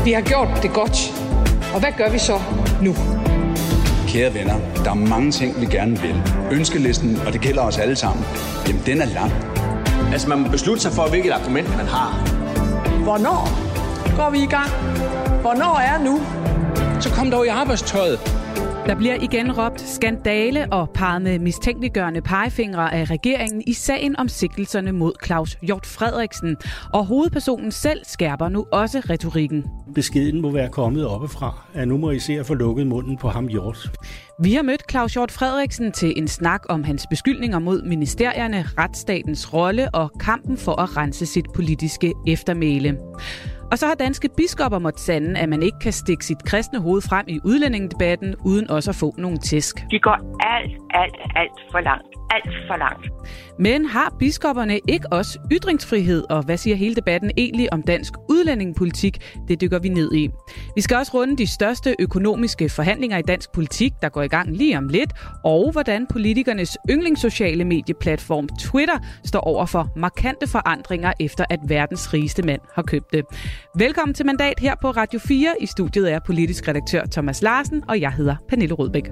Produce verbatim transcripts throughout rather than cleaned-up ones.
Vi har gjort det godt. Og hvad gør vi så nu? Kære venner, der er mange ting, vi gerne vil. Ønskelisten, og det gælder os alle sammen, jamen den er lang. Altså man må beslutte sig for, hvilket argument man har. Hvornår går vi i gang? Hvornår er nu? Så kom dog i arbejdstøjet. Der bliver igen råbt skandale og parret med mistænkeliggørende pegefingre af regeringen i sagen om sigtelserne mod Claus Hjort Frederiksen. Og hovedpersonen selv skærper nu også retorikken. Beskeden må være kommet oppefra, at nu må I se at få lukket munden på ham Hjort. Vi har mødt Claus Hjort Frederiksen til en snak om hans beskyldninger mod ministerierne, retsstatens rolle og kampen for at rense sit politiske eftermæle. Og så har danske biskopper måttet sande, at man ikke kan stikke sit kristne hoved frem i udlændingedebatten, uden også at få nogle tæsk. De går alt, alt, alt for langt. Alt for langt. Men har biskopperne ikke også ytringsfrihed, og hvad siger hele debatten egentlig om dansk udlændingepolitik? Det dykker vi ned i. Vi skal også runde de største økonomiske forhandlinger i dansk politik, der går i gang lige om lidt, og hvordan politikernes yndlingssociale medieplatform Twitter står over for markante forandringer, efter at verdens rigeste mand har købt det. Velkommen til Mandat her på Radio fire. I studiet er politisk redaktør Thomas Larsen, og jeg hedder Pernille Rødbæk.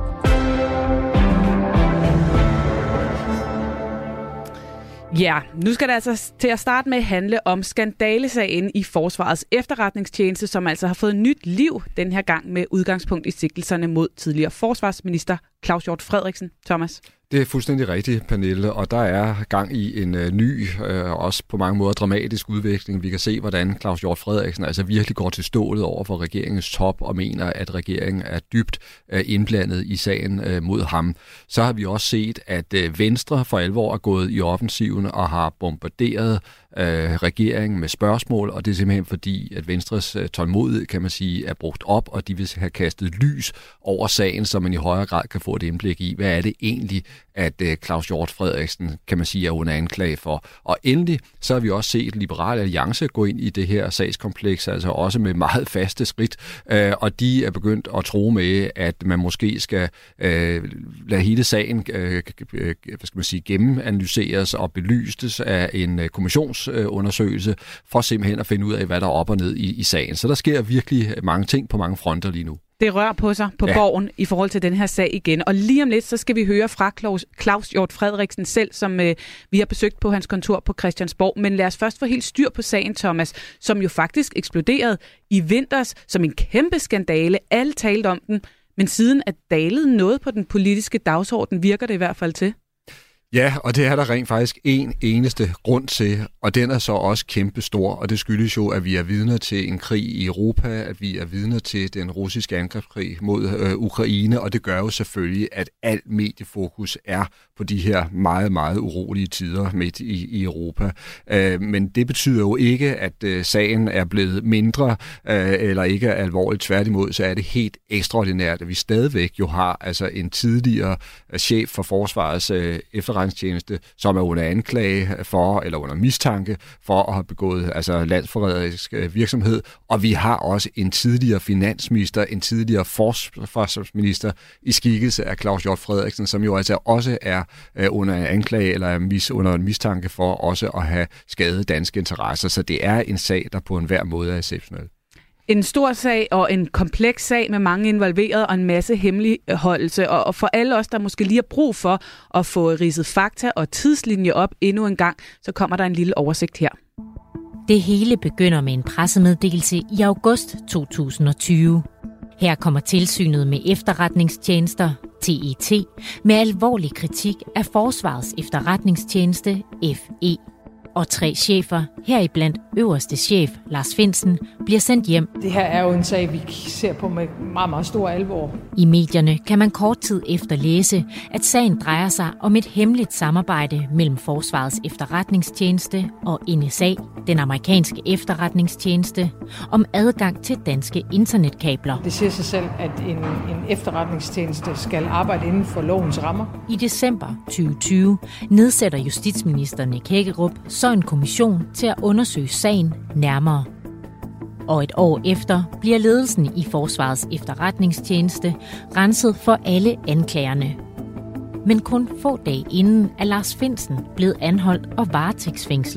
Ja, nu skal det altså til at starte med at handle om skandalesagen i Forsvarets efterretningstjeneste, som altså har fået nyt liv den her gang med udgangspunkt i sigtelserne mod tidligere forsvarsminister Claus Hjort Frederiksen. Thomas? Det er fuldstændig rigtigt, Pernille, og der er gang i en øh, ny, øh, også på mange måder dramatisk udvikling. Vi kan se, hvordan Claus Hjort Frederiksen altså virkelig går til stålet over for regeringens top og mener, at regeringen er dybt øh, indblandet i sagen øh, mod ham. Så har vi også set, at øh, Venstre for alvor er gået i offensiven og har bombarderet øh, regeringen med spørgsmål, og det er simpelthen fordi, at Venstres øh, tålmodighed, kan man sige, er brugt op, og de vil have kastet lys over sagen, så man i højere grad kan få et indblik i, hvad er det egentlig, at øh, Claus Hjort Frederiksen, kan man sige, er under anklage for. Og endelig, så har vi også set Liberal Alliance gå ind i det her sagskompleks, altså også med meget faste skridt, øh, og de er begyndt at tro med, at man måske skal øh, lade hele sagen øh, hvad skal man sige, gennemanalyseres og belystes af en øh, kommissionsundersøgelse, for simpelthen at finde ud af, hvad der er op og ned i, i sagen. Så der sker virkelig mange ting på mange fronter lige nu. Det rører på sig på ja. borgen i forhold til den her sag igen. Og lige om lidt, så skal vi høre fra Claus, Claus Hjort Frederiksen selv, som øh, vi har besøgt på hans kontor på Christiansborg. Men lad os først få helt styr på sagen, Thomas, som jo faktisk eksploderede i vinters som en kæmpe skandale. Alle talte om den, men siden at dalet noget på den politiske dagsorden, virker det i hvert fald til. Ja, og det er der rent faktisk en eneste grund til, og den er så også kæmpestor, og det skyldes jo, at vi er vidner til en krig i Europa, at vi er vidner til den russiske angrebskrig mod øh, Ukraine, og det gør jo selvfølgelig, at al mediefokus er på de her meget, meget urolige tider midt i, i Europa. Øh, men det betyder jo ikke, at øh, sagen er blevet mindre øh, eller ikke er alvorligt. Tværtimod, så er det helt ekstraordinært, at vi stadigvæk jo har altså en tidligere øh, chef for Forsvarets øh, efterretningstjeneste, som er under anklage for, eller under mistanke for at have begået altså landsforræderisk øh, virksomhed. Og vi har også en tidligere finansminister, en tidligere forsvarsminister i skikkelse af Claus Hjort Frederiksen, som jo altså også er under en anklage eller mis, under en mistanke for også at have skadet danske interesser. Så det er en sag, der på enhver måde er exceptionel. En stor sag og en kompleks sag med mange involverede og en masse hemmeligholdelse. Og for alle os, der måske lige har brug for at få ridset fakta og tidslinje op endnu en gang, så kommer der en lille oversigt her. Det hele begynder med en pressemeddelelse i august to tusind og tyve. Her kommer tilsynet med efterretningstjenester, T E T, med alvorlig kritik af Forsvarets efterretningstjeneste, F E. Og tre chefer, heriblandt øverste chef Lars Findsen, bliver sendt hjem. Det her er jo en sag, vi ser på med meget, meget stor alvor. I medierne kan man kort tid efter læse, at sagen drejer sig om et hemmeligt samarbejde mellem Forsvarets efterretningstjeneste og N S A, den amerikanske efterretningstjeneste, om adgang til danske internetkabler. Det siger sig selv, at en, en efterretningstjeneste skal arbejde inden for lovens rammer. I december tyve tyve nedsætter justitsminister Nick Hækkerup så en kommission til at undersøge sagen nærmere. Og et år efter bliver ledelsen i Forsvarets efterretningstjeneste renset for alle anklagerne. Men kun få dage inden er Lars Findsen blevet anholdt og varetægtsfængslet.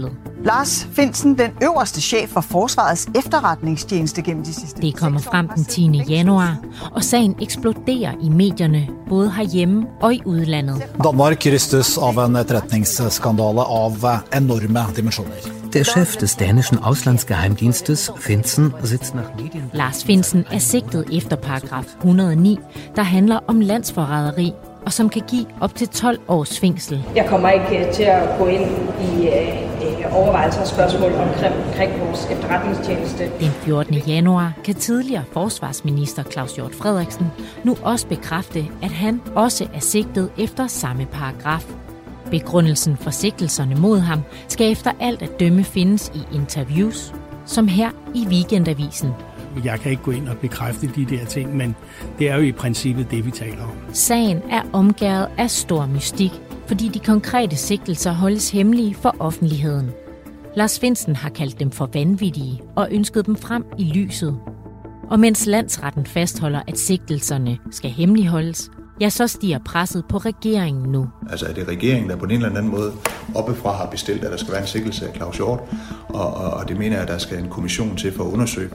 Lars Findsen, den øverste chef for Forsvarets efterretningstjeneste gennem de sidste... Det kommer frem den tiende januar, og sagen eksploderer i medierne, både herhjemme og i udlandet. Danmark rystes af en etterretningsskandale af enorme dimensioner. Der Chef des dänischen Auslandsgeheimdienstes, Findsen, sitzt nach Medien... Lars Findsen er sigtet efter paragraf et hundrede og ni, der handler om landsforræderi, og som kan give op til tolv års fængsel. Jeg kommer ikke til at gå ind i øh, overvejelser og spørgsmål omkring, omkring vores efterretningstjeneste. Den fjortende januar kan tidligere forsvarsminister Claus Hjort Frederiksen nu også bekræfte, at han også er sigtet efter samme paragraf. Begrundelsen for sigtelserne mod ham skal efter alt at dømme findes i interviews, som her i Weekendavisen. Jeg kan ikke gå ind og bekræfte de der ting, men det er jo i princippet det, vi taler om. Sagen er omgærdet af stor mystik, fordi de konkrete sigtelser holdes hemmelige for offentligheden. Lars Findsen har kaldt dem for vanvittige og ønsket dem frem i lyset. Og mens landsretten fastholder, at sigtelserne skal hemmeligholdes, ja, så stiger presset på regeringen nu. Altså er det regeringen, der på en eller anden måde oppefra har bestilt, at der skal være en sigtelse af Claus Hjort, og, og, og det mener jeg, at der skal en kommission til for at undersøge.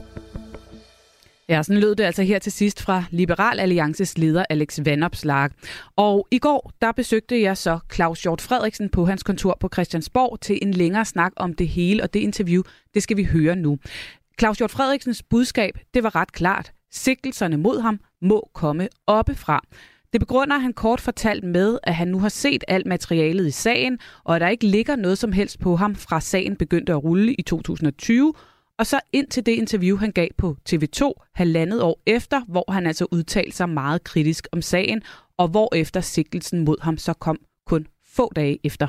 Ja, sådan lød det altså her til sidst fra Liberal Alliances leder Alex Vanopslagh. Og i går, der besøgte jeg så Claus Hjort Frederiksen på hans kontor på Christiansborg til en længere snak om det hele, og det interview, det skal vi høre nu. Claus Hjort Frederiksens budskab, det var ret klart. Sigtelserne mod ham må komme oppefra. Det begrunder han kort fortalt med, at han nu har set alt materialet i sagen, og at der ikke ligger noget som helst på ham fra sagen begyndte at rulle i to tusind og tyve, og så ind til det interview, han gav på T V to halvandet år efter, hvor han altså udtalte sig meget kritisk om sagen, og hvor efter sigtelsen mod ham så kom kun få dage efter.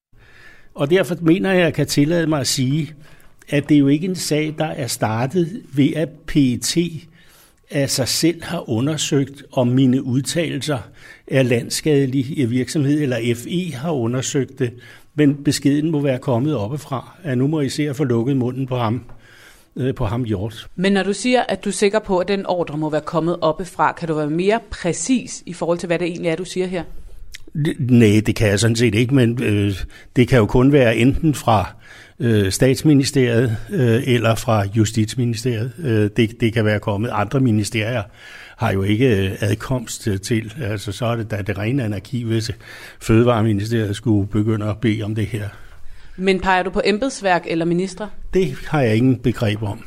Og derfor mener jeg, at jeg kan tillade mig at sige, at det er jo ikke en sag, der er startet ved, at P E T af sig selv har undersøgt, om mine udtalelser er landsskadelige virksomhed, eller F E har undersøgt det, men beskeden må være kommet oppefra, at nu må I se at få lukket munden på ham. på ham Hjort. Men når du siger, at du er sikker på, at den ordre må være kommet oppefra, kan du være mere præcis i forhold til, hvad det egentlig er, du siger her? Nej, det kan jeg sådan set ikke, men øh, det kan jo kun være enten fra øh, Statsministeriet øh, eller fra Justitsministeriet. Øh, det, det kan være kommet. Andre ministerier har jo ikke øh, adkomst til. Altså, så er det da det rene anarki, hvis Fødevareministeriet skulle begynde at bede om det her. Men peger du på embedsværk eller ministre? Det har jeg ingen begreb om.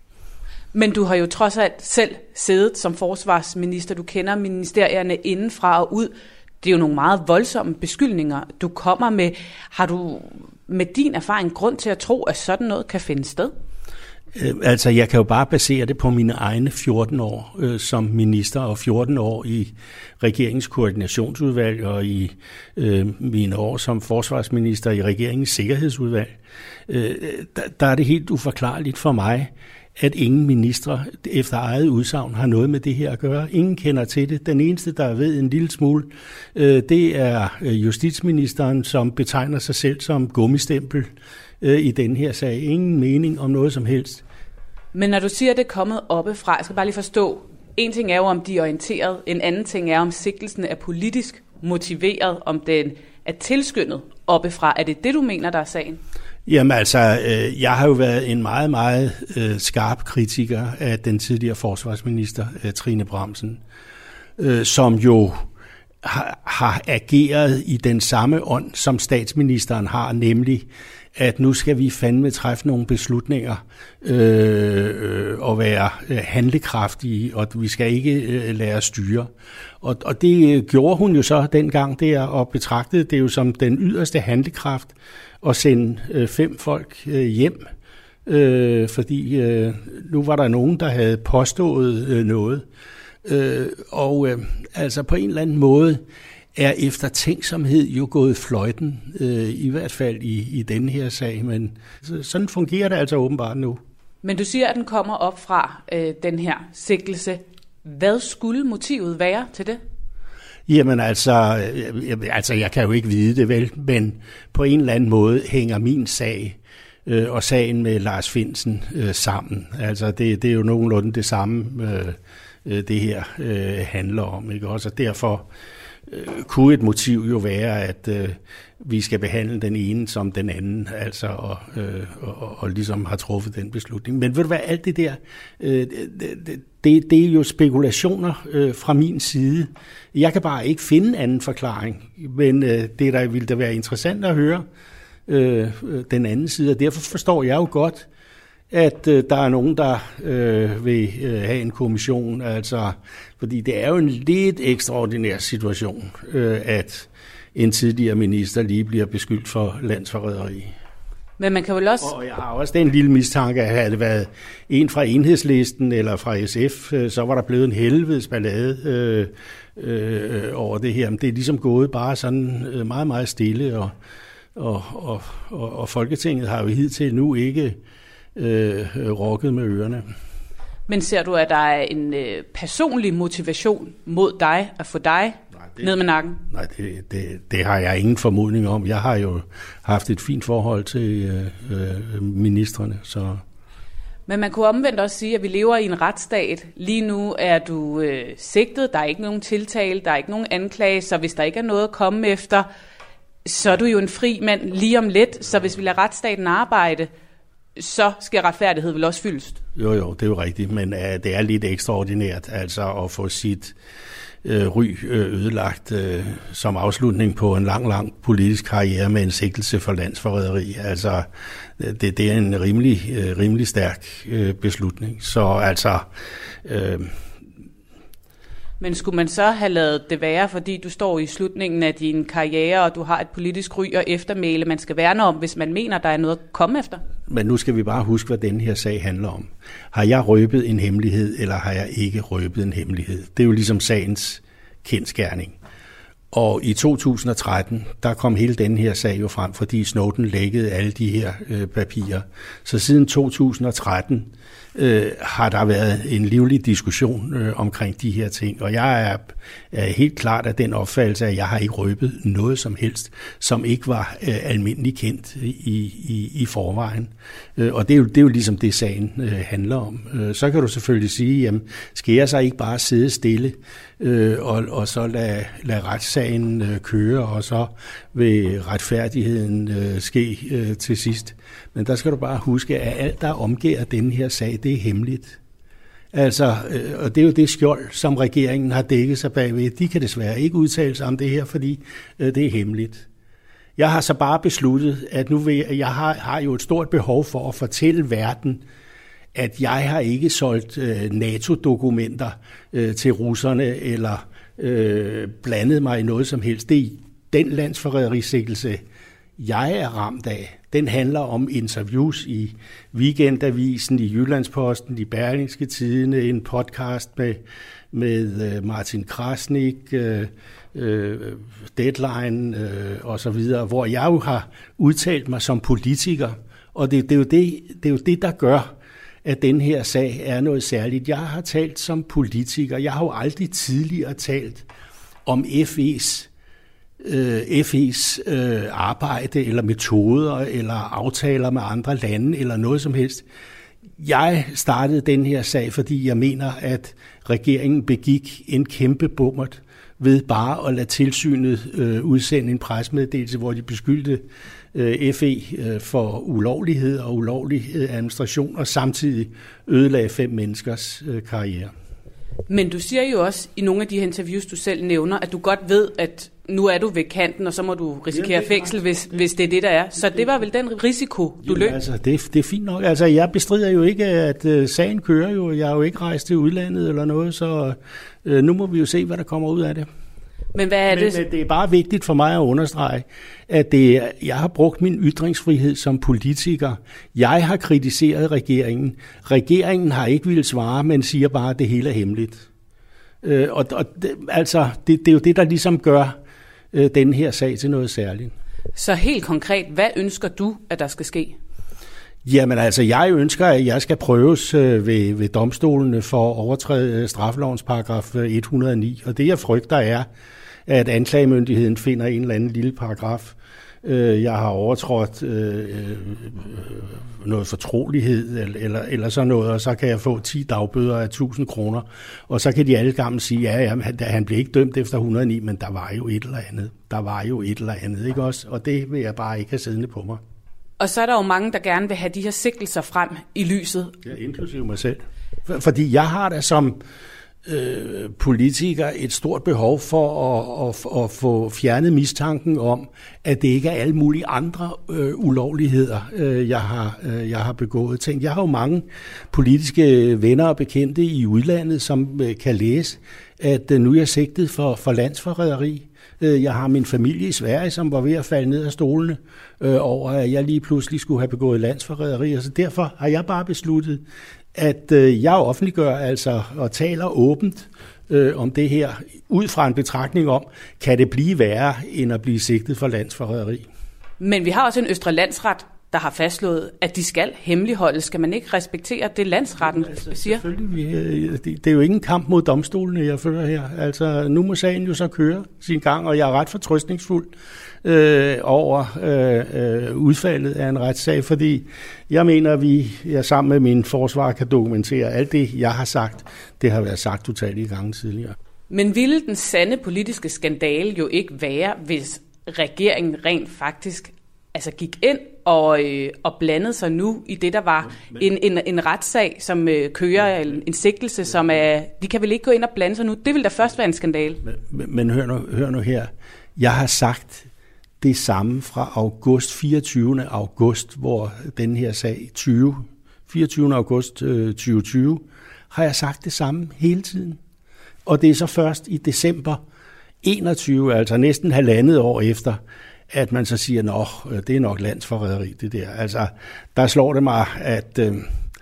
Men du har jo trods alt selv siddet som forsvarsminister. Du kender ministerierne indenfra og ud. Det er jo nogle meget voldsomme beskyldninger, du kommer med. Har du med din erfaring grund til at tro, at sådan noget kan finde sted? Altså, jeg kan jo bare basere det på mine egne fjorten år øh, som minister og fjorten år i regeringens koordinationsudvalg og i øh, mine år som forsvarsminister i regeringens sikkerhedsudvalg. Øh, der, der er det helt uforklarligt for mig, at ingen ministre efter eget udsagn har noget med det her at gøre. Ingen kender til det. Den eneste, der ved en lille smule, øh, det er justitsministeren, som betegner sig selv som gummistempel øh, i den her sag. Ingen mening om noget som helst. Men når du siger, at det er kommet oppefra, jeg skal bare lige forstå, en ting er jo, om de er orienteret, en anden ting er, om sigtelsen er politisk motiveret, om den er tilskyndet oppefra. Er det det, du mener, der er sagen? Jamen altså, øh, jeg har jo været en meget, meget øh, skarp kritiker af den tidligere forsvarsminister, øh, Trine Bramsen, øh, som jo har, har ageret i den samme ånd, som statsministeren har, nemlig at nu skal vi fandme træffe nogle beslutninger øh, øh, og være øh, handlekraftige, og vi skal ikke øh, lade os styre. Og, og det øh, gjorde hun jo så dengang der, og betragtede det jo som den yderste handlekraft at sende øh, fem folk øh, hjem, øh, fordi øh, nu var der nogen, der havde påstået øh, noget. Øh, og øh, altså på en eller anden måde er eftertænksomhed jo gået fløjten, øh, i hvert fald i, i denne her sag, men sådan fungerer det altså åbenbart nu. Men du siger, at den kommer op fra øh, den her sigtelse. Hvad skulle motivet være til det? Jamen altså, jeg, altså, jeg kan jo ikke vide det vel, men på en eller anden måde hænger min sag øh, og sagen med Lars Findsen øh, sammen. Altså det, det er jo nogenlunde det samme, øh, det her øh, handler om, ikke også? Og derfor øh, kunne et motiv jo være, at øh, vi skal behandle den ene som den anden, altså og, øh, og, og ligesom har truffet den beslutning. Men ved du hvad, alt det der, øh, det, det, det er jo spekulationer øh, fra min side. Jeg kan bare ikke finde anden forklaring, men øh, det der ville da være interessant at høre øh, den anden side, og derfor forstår jeg jo godt, at øh, der er nogen, der øh, vil øh, have en kommission, altså, fordi det er jo en lidt ekstraordinær situation, øh, at en tidligere minister lige bliver beskyldt for landsforræderi. Men man kan vel også... Og jeg har også den lille mistanke, at havde det været en fra Enhedslisten eller fra S F, øh, så var der blevet en helvedes ballade øh, øh, over det her. Men det er ligesom gået bare sådan øh, meget, meget stille, og, og, og, og, og Folketinget har jo hidtil nu ikke Øh, rokket med ørerne. Men ser du, at der er en øh, personlig motivation mod dig, at få dig nej, det, ned med nakken? Nej, det, det, det har jeg ingen formodning om. Jeg har jo haft et fint forhold til øh, øh, ministrene. Så. Men man kunne omvendt også sige, at vi lever i en retsstat. Lige nu er du øh, sigtet, der er ikke nogen tiltale, der er ikke nogen anklage, så hvis der ikke er noget at komme efter, så er du jo en fri mand lige om lidt. Så hvis vi lader retsstaten arbejde, så skal retfærdighed vel også fyldes? Jo, jo, det er jo rigtigt, men uh, det er lidt ekstraordinært altså at få sit uh, ry uh, ødelagt uh, som afslutning på en lang, lang politisk karriere med en sigtelse for landsforræderi. Altså, det, det er en rimelig, uh, rimelig stærk uh, beslutning. Så altså... Uh, Men skulle man så have lavet det være, fordi du står i slutningen af din karriere, og du har et politisk ry og eftermæle, man skal værne om, hvis man mener, der er noget at komme efter? Men nu skal vi bare huske, hvad den her sag handler om. Har jeg røbet en hemmelighed, eller har jeg ikke røbet en hemmelighed? Det er jo ligesom sagens kendsgerning. Og i to tusind og tretten, der kom hele den her sag jo frem, fordi Snowden lækkede alle de her øh, papirer. Så siden to tusind og tretten øh, har der været en livlig diskussion øh, omkring de her ting. Og jeg er, er helt klart af den opfattelse, at jeg har ikke røbet noget som helst, som ikke var øh, almindeligt kendt i, i, i forvejen. Øh, og det er, jo, det er jo ligesom det, sagen øh, handler om. Øh, så kan du selvfølgelig sige, jamen, skal jeg så ikke bare sidde stille øh, og, og så lade, lade retssagen øh, køre, og så vil retfærdigheden øh, ske øh, til sidst. Men der skal du bare huske, at alt, der omgiver denne her sag, det er hemmeligt. Altså, øh, og det er jo det skjold, som regeringen har dækket sig bagved. De kan desværre ikke udtale sig om det her, fordi øh, det er hemmeligt. Jeg har så bare besluttet, at nu vil jeg, jeg har, har jo et stort behov for at fortælle verden, at jeg har ikke solgt øh, NATO-dokumenter øh, til russerne, eller øh, blandet mig i noget som helst. Det er den landsforræderisigtelse, jeg er ramt af. Den handler om interviews i Weekendavisen, i Jyllandsposten, i Berlingske Tidende, en podcast med, med Martin Krasnik, øh, øh, Deadline øh, og så videre, hvor jeg jo har udtalt mig som politiker. Og det, det, er jo det, det er jo det, der gør, at den her sag er noget særligt. Jeg har talt som politiker. Jeg har jo aldrig tidligere talt om F E's øh, F E's øh, arbejde eller metoder eller aftaler med andre lande eller noget som helst. Jeg startede den her sag, fordi jeg mener, at regeringen begik en kæmpe bummert ved bare at lade tilsynet øh, udsende en pressemeddelelse, hvor de beskyldte øh, F E øh, for ulovlighed og ulovlig øh, administration, og samtidig ødelagde fem menneskers øh, karriere. Men du siger jo også i nogle af de her interviews, du selv nævner, at du godt ved, at nu er du ved kanten, og så må du risikere ja, fængsel, hvis, hvis det er det, der er. Så det var vel den risiko, du løb? Altså, det, det er fint nok. Altså, jeg bestrider jo ikke, at uh, sagen kører jo. Jeg har jo ikke rejst til udlandet eller noget, så uh, nu må vi jo se, hvad der kommer ud af det. Men hvad er men, det? Men det er bare vigtigt for mig at understrege, at det, jeg har brugt min ytringsfrihed som politiker. Jeg har kritiseret regeringen. Regeringen har ikke ville svare, men siger bare, at det hele er hemmeligt. Øh, og og det, altså, det, det er jo det, der ligesom gør øh, den her sag til noget særligt. Så helt konkret, hvad ønsker du, at der skal ske? Jamen altså, jeg ønsker, at jeg skal prøves øh, ved, ved domstolene for at overtræde straffelovens paragraf et hundrede og ni. Og det jeg frygter er, at anklagemyndigheden finder en eller anden lille paragraf, jeg har overtrådt øh, noget fortrolighed eller, eller, eller sådan noget, og så kan jeg få ti dagbøder af tusind kroner, og så kan de alle sammen sige, ja, ja han, han blev ikke dømt efter et hundrede og ni, men der var jo et eller andet. Der var jo et eller andet, ikke også? Og det vil jeg bare ikke have siddende på mig. Og så er der jo mange, der gerne vil have de her sigtelser frem i lyset. Ja, inklusive mig selv. Fordi jeg har da som øh, politiker et stort behov for at, at, at få fjernet mistanken om, at det ikke er alle mulige andre øh, ulovligheder, øh, jeg, har, øh, jeg har begået. Tænk, jeg har jo mange politiske venner og bekendte i udlandet, som øh, kan læse, at øh, nu er jeg sigtet for, for landsforræderi. Jeg har min familie i Sverige, som var ved at falde ned af stolene øh, over, at jeg lige pludselig skulle have begået landsforræderi. Og så derfor har jeg bare besluttet, at øh, jeg offentliggør altså og taler åbent øh, om det her, ud fra en betragtning om, kan det blive værre end at blive sigtet for landsforræderi. Men vi har også en Østre Landsret, der har fastslået, at de skal hemmeligholdes. Skal man ikke respektere det, landsretten altså, siger? Selvfølgelig. Det er jo ikke en kamp mod domstolene, jeg fører her. Altså, nu må sagen jo så køre sin gang, og jeg er ret fortrøstningsfuld øh, over øh, øh, udfaldet af en retssag, fordi jeg mener, at vi jeg sammen med min forsvar kan dokumentere alt det, jeg har sagt. Det har været sagt utallige gange tidligere. Men ville den sande politiske skandale jo ikke være, hvis regeringen rent faktisk altså gik ind og, øh, og blandede sig nu i det, der var en, en, en retssag, som øh, kører en, en sigtelse, som er... De kan vel ikke gå ind og blande sig nu? Det vil da først være en skandale. Men, men hør, nu, hør nu her. Jeg har sagt det samme fra august, fireogtyvende august, hvor den her sag, tyve, fireogtyvende august øh, tyve tyve, har jeg sagt det samme hele tiden. Og det er så først i december enogtyve, altså næsten halvandet år efter, at man så siger, nå, det er nok landsforræderi, det der. Altså, der slår det mig, at øh,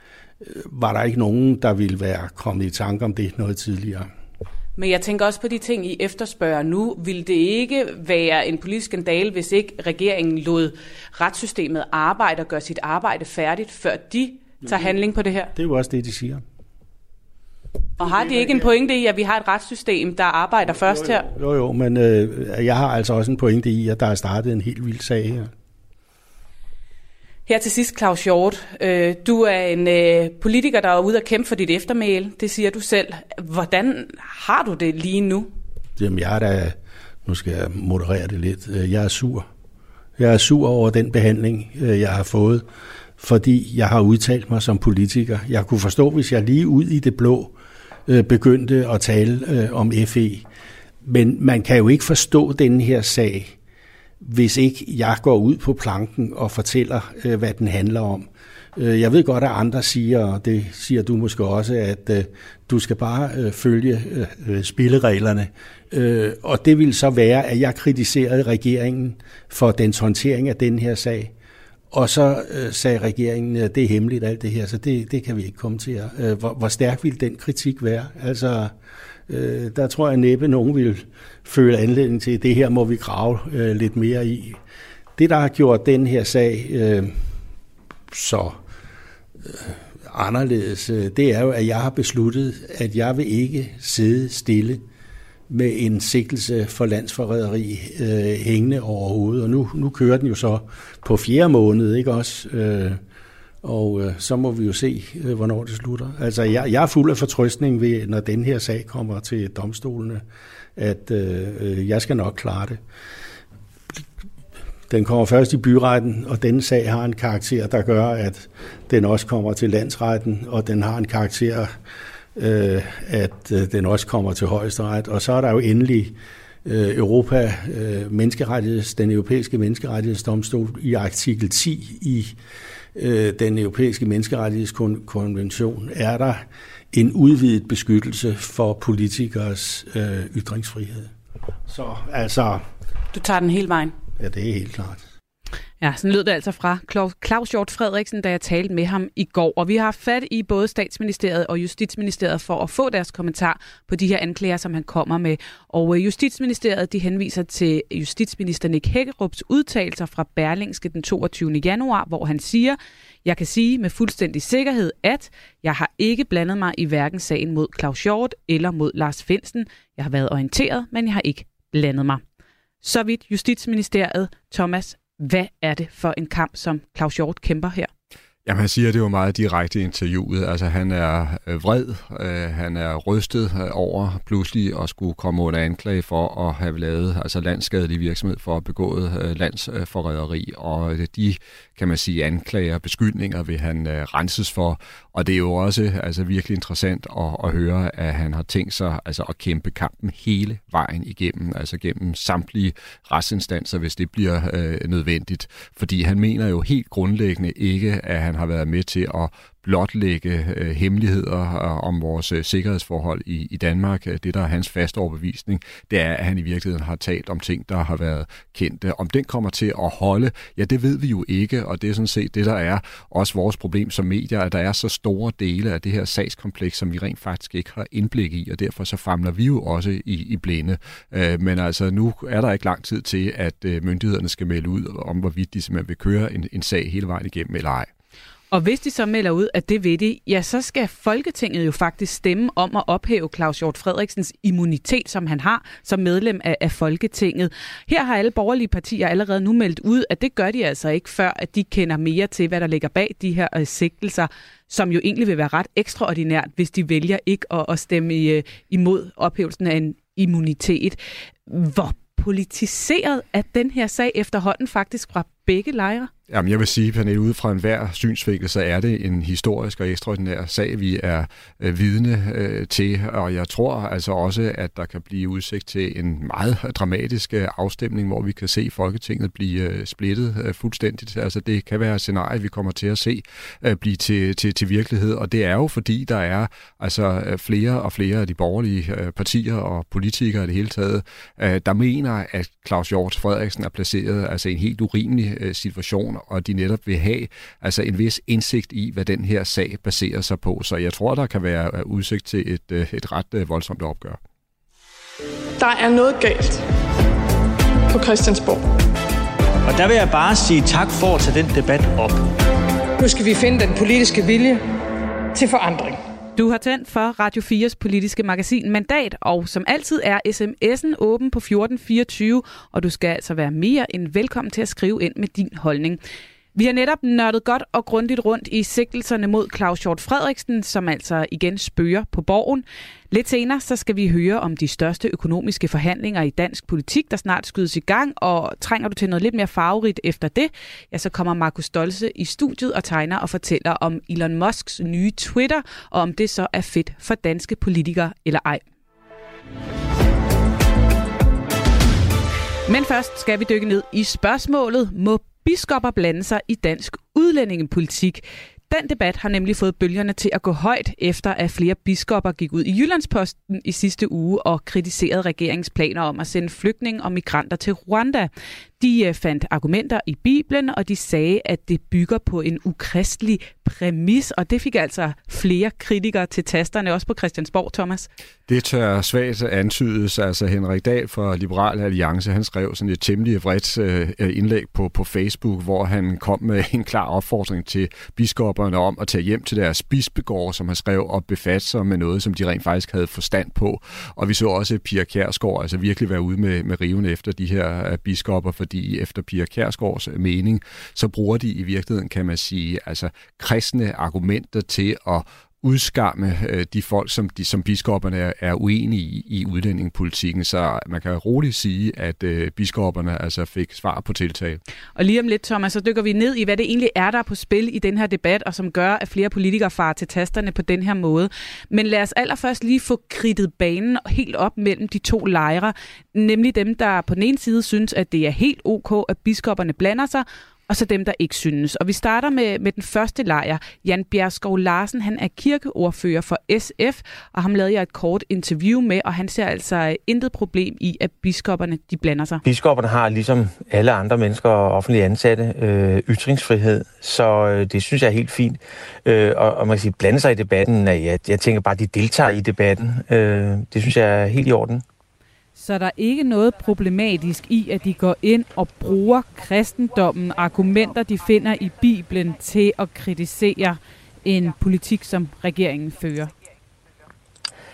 var der ikke nogen, der ville være kommet i tanke om det noget tidligere. Men jeg tænker også på de ting, I efterspørger nu. Vil det ikke være en politisk skandale, hvis ikke regeringen lod retssystemet arbejde og gøre sit arbejde færdigt, før de tager handling på det her? Det er jo også det, de siger. Og har de ikke en pointe i, at vi har et retssystem, der arbejder jo, først her? Jo, jo, men øh, jeg har altså også en pointe i, at der er startet en helt vild sag her. Her til sidst, Claus Hjort. Øh, du er en øh, politiker, der er ude at kæmpe for dit eftermæle. Det siger du selv. Hvordan har du det lige nu? Jamen, jeg er da... Nu skal jeg moderere det lidt. Jeg er sur. Jeg er sur over den behandling, jeg har fået, fordi jeg har udtalt mig som politiker. Jeg kunne forstå, hvis jeg lige ud i det blå begyndte at tale øh, om F E. Men man kan jo ikke forstå denne her sag, hvis ikke jeg går ud på planken og fortæller, øh, hvad den handler om. Øh, jeg ved godt, at andre siger, og det siger du måske også, at øh, du skal bare øh, følge øh, spillereglerne. Øh, og det vil så være, at jeg kritiserede regeringen for dens håndtering af den her sag. Og så øh, sagde regeringen, at det er hemmeligt alt det her, så det, det kan vi ikke kommentere. Øh, hvor, hvor stærk ville den kritik være? Altså, øh, der tror jeg næppe, nogen vil føle anledning til, at det her må vi grave øh, lidt mere i. Det, der har gjort den her sag øh, så øh, anderledes, øh, det er jo, at jeg har besluttet, at jeg vil ikke sidde stille med en sigtelse for landsforræderi øh, hængende over hovedet. Og nu, nu kører den jo så på fjerde måned, ikke også? Øh, og øh, så må vi jo se, øh, hvornår det slutter. Altså, jeg, jeg er fuld af fortrøstning ved, når den her sag kommer til domstolene, at øh, jeg skal nok klare det. Den kommer først i byretten, og denne sag har en karakter, der gør, at den også kommer til landsretten, og den har en karakter, øh, at øh, den også kommer til højesteret. Og så er der jo endelig øh, Europa, øh, menneskerettigheds, den europæiske menneskerettighedsdomstol i artikel ti i øh, den europæiske menneskerettighedskonvention, er der en udvidet beskyttelse for politikers øh, ytringsfrihed. Så altså... Du tager den hele vejen. Ja, det er helt klart. Ja, sådan lød det altså fra Claus Hjort Frederiksen, da jeg talte med ham i går. Og vi har haft fat i både Statsministeriet og Justitsministeriet for at få deres kommentar på de her anklager, som han kommer med. Og Justitsministeriet, de henviser til justitsminister Nick Hækkerups udtalelser fra Berlingske den toogtyvende januar, hvor han siger: "Jeg kan sige med fuldstændig sikkerhed, at jeg har ikke blandet mig i hverken sagen mod Claus Hjort eller mod Lars Findsen. Jeg har været orienteret, men jeg har ikke blandet mig." Så vidt Justitsministeriet. Thomas, Hvad er det for en kamp, som Claus Hjort kæmper her? Jamen, han siger det jo meget direkte i interviewet. Altså, han er øh, vred, øh, han er rystet øh, over pludselig at skulle komme under anklage for at have lavet altså landsskadelig virksomhed for at begået øh, landsforræderi. Og de, kan man sige, anklager, beskyldninger vil han øh, renses for. Og det er jo også altså, virkelig interessant at, at høre, at han har tænkt sig altså, at kæmpe kampen hele vejen igennem, altså gennem samtlige retsinstanser, hvis det bliver øh, nødvendigt. Fordi han mener jo helt grundlæggende ikke, at han har været med til at blotlægge øh, hemmeligheder øh, om vores øh, sikkerhedsforhold i, i Danmark. Det, der er hans faste overbevisning, det er, at han i virkeligheden har talt om ting, der har været kendte. Om den kommer til at holde, ja, det ved vi jo ikke, og det er sådan set det, der er også vores problem som medier, at der er så store dele af det her sagskompleks, som vi rent faktisk ikke har indblik i, og derfor så famler vi jo også i, i blinde. Øh, men altså, nu er der ikke lang tid til, at øh, myndighederne skal melde ud om, hvorvidt de simpelthen vil køre en, en sag hele vejen igennem eller ej. Og hvis de så melder ud, at det ved de, ja, så skal Folketinget jo faktisk stemme om at ophæve Claus Hjort Frederiksens immunitet, som han har som medlem af, af Folketinget. Her har alle borgerlige partier allerede nu meldt ud, at det gør de altså ikke, før at de kender mere til, hvad der ligger bag de her øh, sigtelser, som jo egentlig vil være ret ekstraordinært, hvis de vælger ikke at, at stemme øh, imod ophævelsen af en immunitet. Hvor politiseret er den her sag efterhånden faktisk fra begge lejre? Jamen, jeg vil sige, Pernille, ud fra enhver synsvinkel, så er det en historisk og ekstraordinær sag, vi er øh, vidne øh, til, og jeg tror altså også, at der kan blive udsigt til en meget dramatisk øh, afstemning, hvor vi kan se Folketinget blive øh, splittet øh, fuldstændigt. Altså, det kan være et scenarie, vi kommer til at se øh, blive til, til, til virkelighed, og det er jo fordi, der er altså flere og flere af de borgerlige øh, partier og politikere i det hele taget, øh, der mener, at Claus Hjort Frederiksen er placeret altså i en helt urimelig øh, situation, og de netop vil have altså en vis indsigt i, hvad den her sag baserer sig på. Så jeg tror, der kan være udsigt til et, et ret voldsomt opgør. Der er noget galt på Christiansborg. Og der vil jeg bare sige tak for at tage den debat op. Nu skal vi finde den politiske vilje til forandring. Du har tændt for Radio fires politiske magasin Mandat, og som altid er sms'en åben på fjorten fireogtyve, og du skal altså være mere end velkommen til at skrive ind med din holdning. Vi har netop nørdet godt og grundigt rundt i sigtelserne mod Claus Hjort Frederiksen, som altså igen spøger på Borgen. Lidt senere så skal vi høre om de største økonomiske forhandlinger i dansk politik, der snart skydes i gang, og trænger du til noget lidt mere farverigt efter det, ja, så kommer Markus Stolze i studiet og tegner og fortæller om Elon Musks nye Twitter, og om det så er fedt for danske politikere eller ej. Men først skal vi dykke ned i spørgsmålet: må biskopper blande sig i dansk udlændingepolitik? Den debat har nemlig fået bølgerne til at gå højt, efter at flere biskopper gik ud i Jyllandsposten i sidste uge og kritiserede regeringens planer om at sende flygtninge og migranter til Rwanda. De fandt argumenter i Bibelen, og de sagde, at det bygger på en ukristelig præmis, og det fik altså flere kritikere til tasterne, også på Christiansborg, Thomas. Det tør svagt antydes. Altså Henrik Dahl fra Liberal Alliance, han skrev sådan et temmelig vredt øh, indlæg på, på Facebook, hvor han kom med en klar opfordring til biskopperne om at tage hjem til deres bispegård, som han skrev, og befatte sig med noget, som de rent faktisk havde forstand på. Og vi så også Pia Kjærsgaard altså virkelig være ude med, med riven efter de her biskopper, fordi efter Pia Kjærsgaards mening, så bruger de i virkeligheden, kan man sige, altså kristne argumenter til at udskamme øh, de folk, som, de, som biskopperne er, er uenige i, i udlændingepolitikken. Så man kan roligt sige, at øh, biskopperne altså fik svar på tiltale. Og lige om lidt, Thomas, så dykker vi ned i, hvad det egentlig er, der er på spil i den her debat, og som gør, at flere politikere farer til tasterne på den her måde. Men lad os allerførst lige få kridtet banen helt op mellem de to lejre, nemlig dem, der på den ene side synes, at det er helt ok, at biskopperne blander sig, og så dem, der ikke synes. Og vi starter med, med den første lejr. Jan Bjerskov Larsen, han er kirkeordfører for S F, og ham lavede jeg et kort interview med, og han ser altså intet problem i, at biskopperne de blander sig. Biskopperne har ligesom alle andre mennesker og offentlige ansatte øh, ytringsfrihed, så øh, det synes jeg er helt fint. Øh, og, og man kan sige, blande sig i debatten, jeg, jeg tænker bare, at de deltager i debatten. Øh, det synes jeg er helt i orden. Så der er ikke noget problematisk i, at de går ind og bruger kristendommen, argumenter, de finder i Bibelen, til at kritisere en politik, som regeringen fører?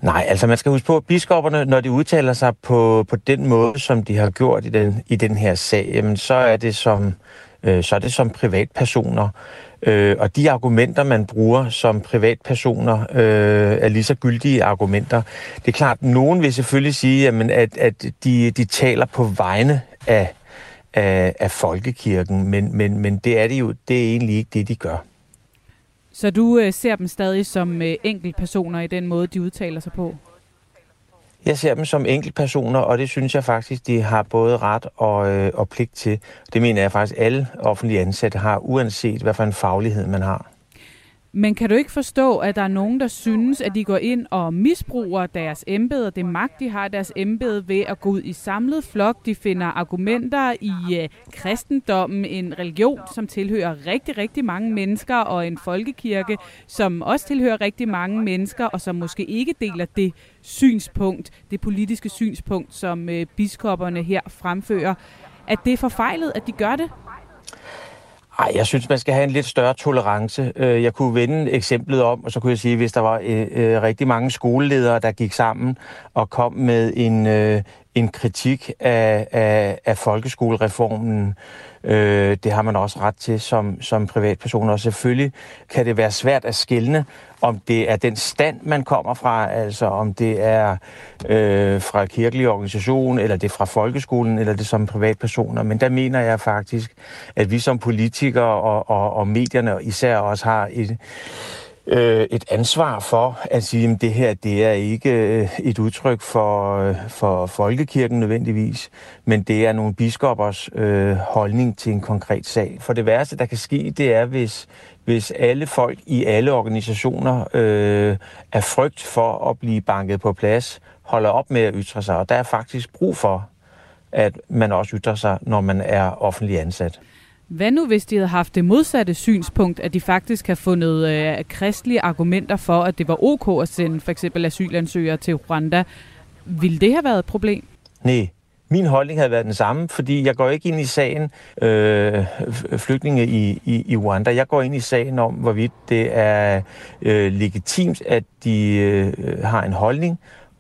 Nej, altså man skal huske på, at biskopperne, når de udtaler sig på, på den måde, som de har gjort i den, i den her sag, jamen, så er det som, øh, så er det som privatpersoner. Øh, og de argumenter, man bruger som privatpersoner, øh, er lige så gyldige argumenter. Det er klart, at nogen vil selvfølgelig sige, jamen, at, at de, de taler på vegne af, af, af folkekirken, men, men, men det er det jo det er egentlig ikke det, de gør. Så du øh, ser dem stadig som øh, enkeltpersoner i den måde, de udtaler sig på? Jeg ser dem som enkeltpersoner, og det synes jeg faktisk, de har både ret og, øh, og pligt til. Det mener jeg faktisk, alle offentlige ansatte har, uanset hvad for en faglighed man har. Men kan du ikke forstå, at der er nogen, der synes, at de går ind og misbruger deres embede, det magt, de har deres embede, ved at gå ud i samlet flok? De finder argumenter i øh, kristendommen, en religion, som tilhører rigtig, rigtig mange mennesker, og en folkekirke, som også tilhører rigtig mange mennesker, og som måske ikke deler det synspunkt, det politiske synspunkt, som øh, biskopperne her fremfører. At det er forfejlet, at de gør det? Ej, jeg synes, man skal have en lidt større tolerance. Jeg kunne vende eksemplet om, og så kunne jeg sige, hvis der var øh, rigtig mange skoleledere, der gik sammen og kom med en, øh, en kritik af, af, af folkeskolereformen. Øh, det har man også ret til som, som privatperson. Og selvfølgelig kan det være svært at skelne, om det er den stand, man kommer fra, altså om det er øh, fra kirkelig organisation, eller det er fra folkeskolen, eller det er som privatpersoner. Men der mener jeg faktisk, at vi som politikere og, og, og medierne især også har et, øh, et ansvar for at sige, at det her det er ikke et udtryk for, for folkekirken nødvendigvis, men det er nogle biskoppers øh, holdning til en konkret sag. For det værste, der kan ske, det er, hvis Hvis alle folk i alle organisationer øh, er frygt for at blive banket på plads, holder op med at ytre sig. Og der er faktisk brug for, at man også ytrer sig, når man er offentlig ansat. Hvad nu, hvis de havde haft det modsatte synspunkt, at de faktisk har fundet øh, kristelige argumenter for, at det var ok at sende for eksempel asylansøgere til Rwanda? Ville det have været et problem? Nej. Min holdning havde været den samme, fordi jeg går ikke ind i sagen øh, flygtninge i, i, i Rwanda. Jeg går ind i sagen om, hvorvidt det er øh, legitimt, at de øh, har en holdning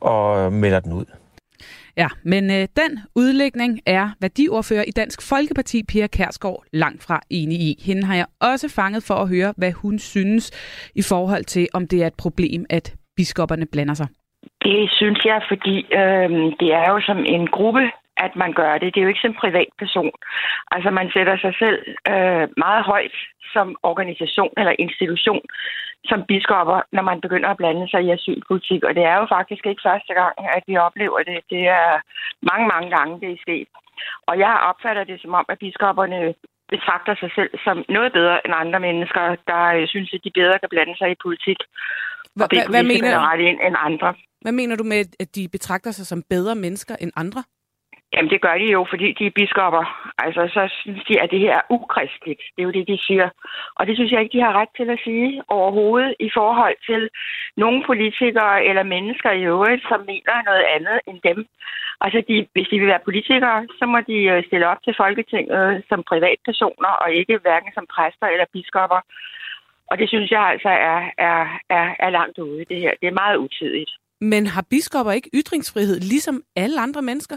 og melder den ud. Ja, men øh, den udlægning er værdiordfører i Dansk Folkeparti, Pia Kjærsgaard, langt fra enig i. Hende har jeg også fanget for at høre, hvad hun synes i forhold til, om det er et problem, at biskopperne blander sig. Det synes jeg, fordi øh, det er jo som en gruppe, at man gør det. Det er jo ikke som en privatperson. Altså man sætter sig selv øh, meget højt som organisation eller institution, som biskopper, når man begynder at blande sig i asylpolitik. Og det er jo faktisk ikke første gang, at vi oplever det. Det er mange, mange gange, det er sket. Og jeg opfatter det som om, at biskopperne betragter sig selv som noget bedre end andre mennesker, der øh, synes, at de bedre kan blande sig i politik. Hva, hvad, hvad, mener, end andre. Hvad mener du med, at de betragter sig som bedre mennesker end andre? Jamen, det gør de jo, fordi de er biskopper. Altså, så synes de, at det her er ukristeligt. Det er jo det, de siger. Og det synes jeg ikke, de har ret til at sige overhovedet i forhold til nogle politikere eller mennesker i øvrigt, som mener noget andet end dem. Altså, de, hvis de vil være politikere, så må de stille op til Folketinget som privatpersoner, og ikke hverken som præster eller biskopper. Og det synes jeg altså er, er, er, er langt ude, det her. Det er meget utidigt. Men har biskopper ikke ytringsfrihed, ligesom alle andre mennesker?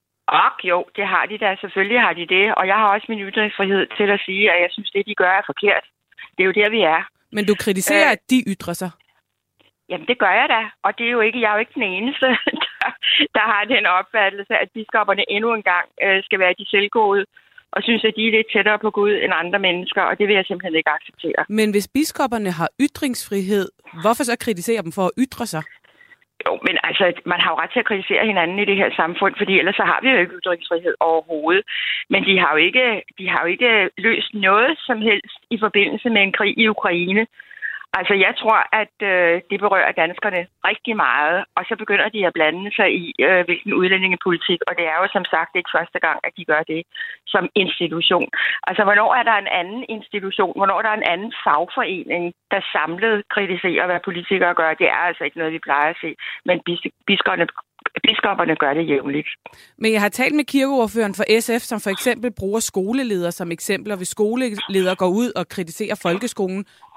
Og jo, det har de da. Selvfølgelig har de det. Og jeg har også min ytringsfrihed til at sige, at jeg synes, det de gør er forkert. Det er jo der, vi er. Men du kritiserer, øh, at de ytrer sig? Jamen, det gør jeg da. Og det er jo ikke, jeg er jo ikke den eneste, der, der har den opfattelse, at biskopperne endnu en gang øh, skal være de selvgode, og synes, at de er lidt tættere på Gud end andre mennesker, og det vil jeg simpelthen ikke acceptere. Men hvis biskopperne har ytringsfrihed, hvorfor så kritisere dem for at ytre sig? Jo, men altså, man har jo ret til at kritisere hinanden i det her samfund, fordi ellers så har vi jo ikke ytringsfrihed overhovedet. Men de har jo ikke, de har jo ikke løst noget som helst i forbindelse med en krig i Ukraine. Altså, jeg tror, at øh, det berører danskerne rigtig meget, og så begynder de at blande sig i, øh, hvilken udlændingepolitik, og det er jo som sagt ikke første gang, at de gør det som institution. Altså, hvornår er der en anden institution, hvornår er der en anden fagforening, der samlet kritiserer, hvad politikere gør, det er altså ikke noget, vi plejer at se, men biskopperne, biskopperne gør det jævnligt. Men jeg har talt med kirkeordføreren for S F, som for eksempel bruger skoleledere som eksempler. Hvis skoleledere går ud og kritiserer folkeskolen,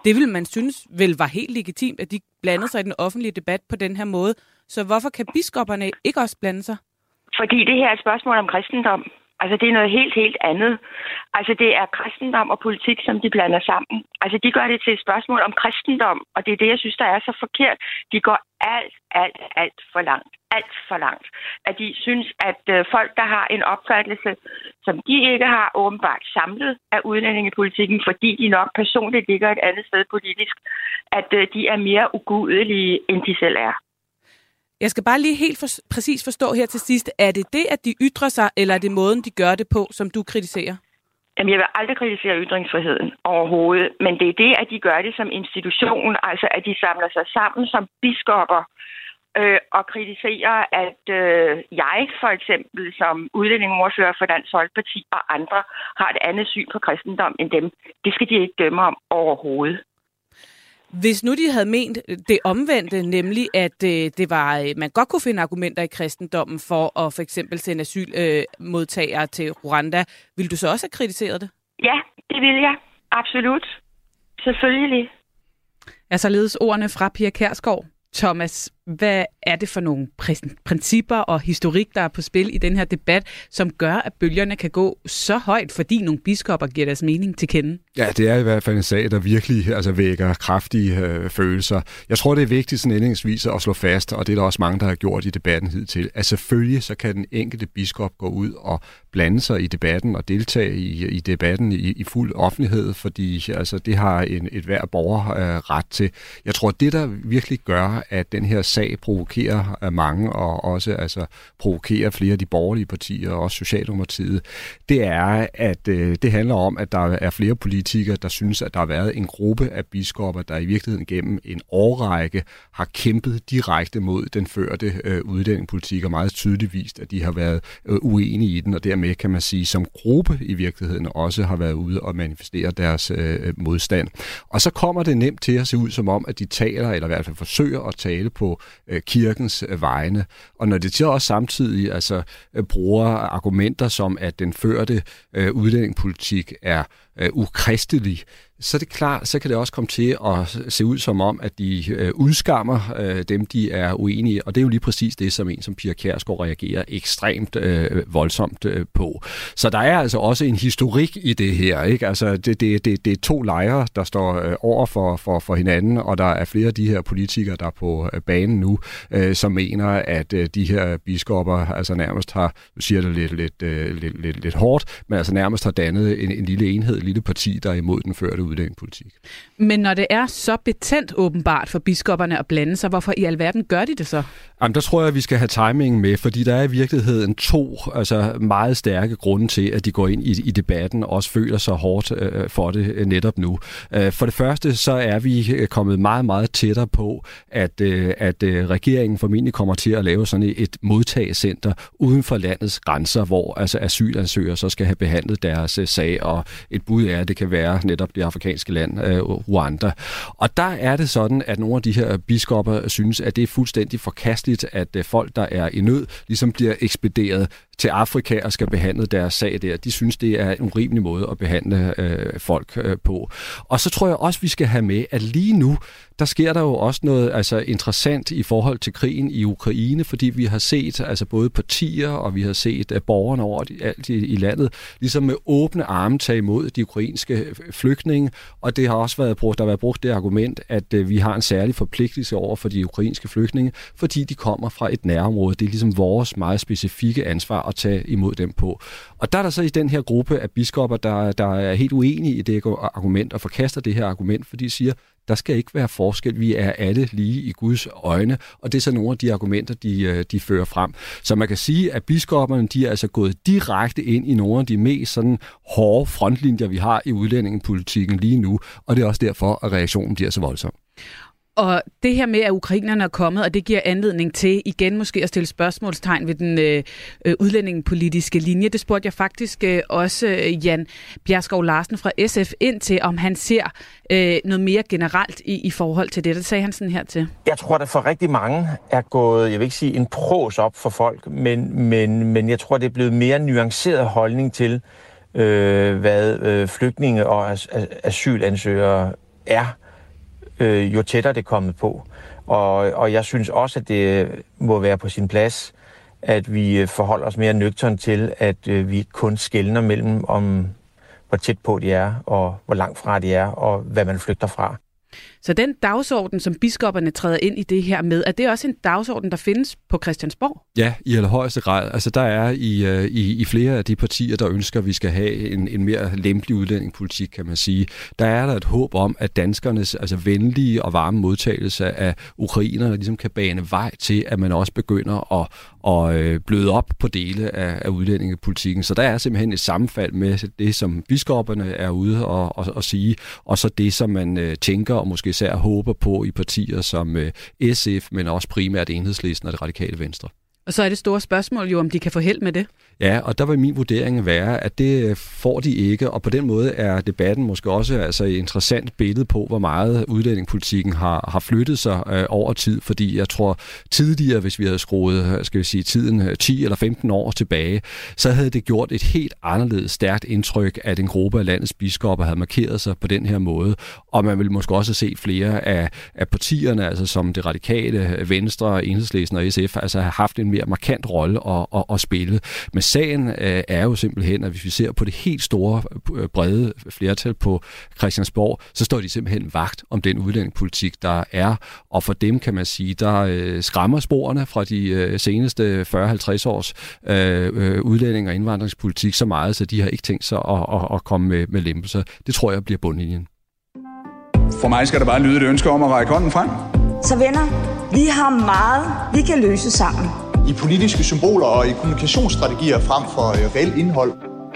Det vil man synes vel var helt legitimt, at de blandede sig i den offentlige debat på den her måde. Så hvorfor kan biskopperne ikke også blande sig? Fordi det her er et spørgsmål om kristendom. Altså, det er noget helt, helt andet. Altså, det er kristendom og politik, som de blander sammen. Altså, de gør det til et spørgsmål om kristendom, og det er det, jeg synes, der er så forkert. De går alt, alt, alt for langt. Alt for langt. At de synes, at øh, folk, der har en opfattelse, som de ikke har åbenbart samlet af udlændingepolitikken, fordi de nok personligt ligger et andet sted politisk, at øh, de er mere ugudelige, end de selv er. Jeg skal bare lige helt for, præcis forstå her til sidst. Er det det, at de ytrer sig, eller er det måden, de gør det på, som du kritiserer? Jamen, jeg vil aldrig kritisere ytringsfriheden overhovedet, men det er det, at de gør det som institution, altså at de samler sig sammen som biskopper øh, og kritiserer, at øh, jeg for eksempel som udlændingeordfører for Dansk Folkeparti og andre har et andet syn på kristendom end dem. Det skal de ikke dømme om overhovedet. Hvis nu de havde ment det omvendte, nemlig at øh, det var, øh, man godt kunne finde argumenter i kristendommen for at for eksempel sende asylmodtagere øh, til Rwanda, ville du så også have kritiseret det? Ja, det vil jeg. Absolut. Selvfølgelig. Er således ordene fra Pia Kjærsgaard. Thomas, hvad er det for nogle principper og historik, der er på spil i den her debat, som gør, at bølgerne kan gå så højt, fordi nogle biskopper giver deres mening til kende? Ja, det er i hvert fald en sag, der virkelig altså, vækker kraftige øh, følelser. Jeg tror, det er vigtigt sådan indlægsvis at slå fast, og det er der også mange, der har gjort i debatten hidtil, at selvfølgelig så kan den enkelte biskop gå ud og blande sig i debatten og deltage i, i debatten i, i fuld offentlighed, fordi altså, det har en, et hver borger øh, ret til. Jeg tror, det der virkelig gør, at den her sag provokerer mange, og også altså, provokerer flere af de borgerlige partier, og også Socialdemokratiet, det er, at øh, det handler om, at der er flere politikere, der synes, at der har været en gruppe af biskopper, der i virkeligheden gennem en årrække har kæmpet direkte mod den førte øh, udlændingepolitik, og meget tydeligt vist, at de har været øh, uenige i den, og dermed kan man sige, som gruppe i virkeligheden også har været ude og manifestere deres øh, modstand. Og så kommer det nemt til at se ud som om, at de taler, eller i hvert fald forsøger at tale på øh, kirkens øh, vegne. Og når det så også samtidig altså, øh, bruger argumenter som, at den førte øh, udlændingepolitik er øh, ukristelig, så er det klart, så kan det også komme til at se ud som om, at de øh, udskammer øh, dem, de er uenige, og det er jo lige præcis det, som en som Pia Kjærsgaard reagerer ekstremt øh, voldsomt øh, på. Så der er altså også en historik i det her, ikke? Altså, det, det, det, det er to lejre, der står øh, over for, for, for hinanden, og der er flere af de her politikere, der er på øh, banen nu, øh, som mener, at øh, de her biskopper altså nærmest har, du siger det lidt, lidt, øh, lidt, lidt, lidt hårdt, men altså nærmest har dannet en, en lille enhed, en lille parti, der er imod den førte udlændingepolitik. Men når det er så betændt åbenbart for biskopperne at blande sig, hvorfor i alverden gør de det så? Jamen, der tror jeg, at vi skal have timingen med, fordi der er i virkeligheden to altså meget stærke grunde til, at de går ind i, i debatten og også føler sig hårdt øh, for det øh, netop nu. Øh, for det første, så er vi kommet meget, meget tættere på, at, øh, at øh, regeringen formentlig kommer til at lave sådan et modtagecenter uden for landets grænser, hvor altså asylansøgere så skal have behandlet deres øh, sag, og et bud er, at det kan være netop det afrikanske land, øh, Rwanda. Og der er det sådan, at nogle af de her biskopper synes, at det er fuldstændig forkasteligt, at øh, folk, der er i nød, ligesom bliver ekspederet til Afrika og skal behandle deres sag der. De synes, det er en urimelig måde at behandle øh, folk øh, på. Og så tror jeg også, vi skal have med, at lige nu, der sker der jo også noget altså, interessant i forhold til krigen i Ukraine, fordi vi har set altså, både partier, og vi har set uh, borgerne over alt i, i landet, ligesom med åbne arme tage imod de ukrainske flygtninge, og det har også været brugt, der har været brugt det argument, at uh, vi har en særlig forpligtelse over for de ukrainske flygtninge, fordi de kommer fra et nærområde. Det er ligesom vores meget specifikke ansvar at tage imod dem på. Og der er der så i den her gruppe af biskopper, der, der er helt uenige i det argument og forkaster det her argument, fordi de siger, der skal ikke være forskel. Vi er alle lige i Guds øjne, og det er så nogle af de argumenter, de, de fører frem. Så man kan sige, at biskopperne, de er altså gået direkte ind i nogle af de mest sådan hårde frontlinjer, vi har i udlændingepolitikken lige nu, og det er også derfor, at reaktionen bliver så voldsom. Og det her med, at ukrainerne er kommet, og det giver anledning til igen måske at stille spørgsmålstegn ved den øh, udlændingepolitiske linje. Det spurgte jeg faktisk øh, også øh, Jan Bjerskov Larsen fra S F ind til, om han ser øh, noget mere generelt i, i forhold til det. Det sagde han sådan her til. Jeg tror, at for rigtig mange er gået, jeg vil ikke sige en pros op for folk, men, men, men jeg tror, det er blevet mere nuanceret holdning til, øh, hvad øh, flygtninge og as- asylansøgere er. øh, jo tættere det er kommet på. Og, og jeg synes også, at det må være på sin plads, at vi forholder os mere nøgternt til, at øh, vi kun skelner mellem, om hvor tæt på de er, og hvor langt fra de er, og hvad man flygter fra. Så den dagsorden, som biskopperne træder ind i det her med, er det også en dagsorden, der findes på Christiansborg? Ja, i allerhøjeste grad. Altså der er i, i, i flere af de partier, der ønsker, at vi skal have en, en mere lempelig udlændingepolitik, kan man sige. Der er der et håb om, at danskernes altså venlige og varme modtagelse af ukrainerne ligesom kan bane vej til, at man også begynder at, at bløde op på dele af, af udlændingepolitikken. Så der er simpelthen et sammenfald med det, som biskopperne er ude og, og, og sige, og så det, som man tænker og måske især håber på i partier som S F, men også primært Enhedslisten og Det Radikale Venstre. Og så er det store spørgsmål jo, om de kan få held med det. Ja, og der vil min vurdering være, at det får de ikke, og på den måde er debatten måske også altså et interessant billede på, hvor meget udlændingepolitikken har, har flyttet sig øh, over tid, fordi jeg tror tidligere, hvis vi havde skruet, skal vi sige, tiden ti eller femten år tilbage, så havde det gjort et helt anderledes stærkt indtryk, at en gruppe af landets biskopper havde markeret sig på den her måde, og man vil måske også se flere af, af partierne, altså som Det Radikale Venstre, Enhedslisten og S F, altså har haft en mere markant rolle at, at, at spille. Men sagen øh, er jo simpelthen, at hvis vi ser på det helt store, øh, brede flertal på Christiansborg, så står de simpelthen vagt om den udlændingepolitik, der er. Og for dem kan man sige, der øh, skræmmer sporene fra de øh, seneste fyrre til halvtreds års øh, øh, udlænding- og indvandringspolitik så meget, så de har ikke tænkt sig at, at, at komme med, med lempelser. Det tror jeg bliver bundlinjen. For mig skal der bare lyde et ønske om at række hånden frem. Så venner, vi har meget, vi kan løse sammen. I politiske symboler og i kommunikationsstrategier frem for reelt indhold.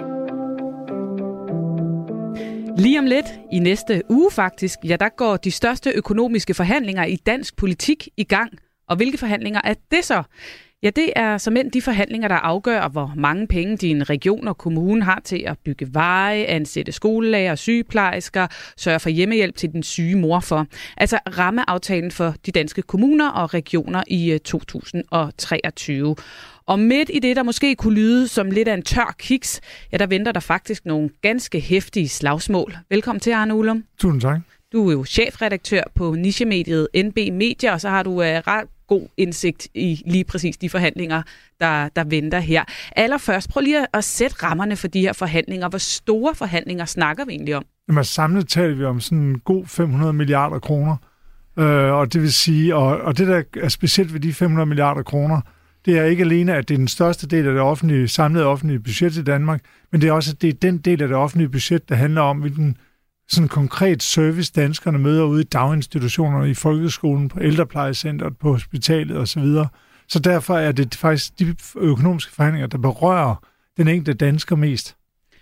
Lige om lidt, i næste uge faktisk, ja, der går de største økonomiske forhandlinger i dansk politik i gang. Og hvilke forhandlinger er det så? Ja, det er såmænd de forhandlinger, der afgør, hvor mange penge din region og kommune har til at bygge veje, ansætte skolelærer og sygeplejersker, sørge for hjemmehjælp til den syge mor for. Altså rammeaftalen for de danske kommuner og regioner i to tusind treogtyve. Og midt i det, der måske kunne lyde som lidt af en tør kiks, ja, der venter der faktisk nogle ganske heftige slagsmål. Velkommen til, Arne Ullum. Tusind tak. Du er jo chefredaktør på nichemediet N B Media, og så har du uh, ret god indsigt i lige præcis de forhandlinger, der, der venter her. Allerførst, prøv lige at sætte rammerne for de her forhandlinger. Hvor store forhandlinger snakker vi egentlig om? Jamen, samlet taler vi om sådan en god fem hundrede milliarder kroner. Øh, og det vil sige, og, og det der er specielt ved de fem hundrede milliarder kroner, det er ikke alene, at det er den største del af det offentlige, samlede offentlige budget i Danmark, men det er også, at det er den del af det offentlige budget, der handler om, hvilken sådan konkret service danskerne møder ude i daginstitutionerne, i folkeskolen, på ældreplejecentret, på hospitalet osv. Så derfor er det faktisk de økonomiske forhandlinger, der berører den enkelte dansker mest.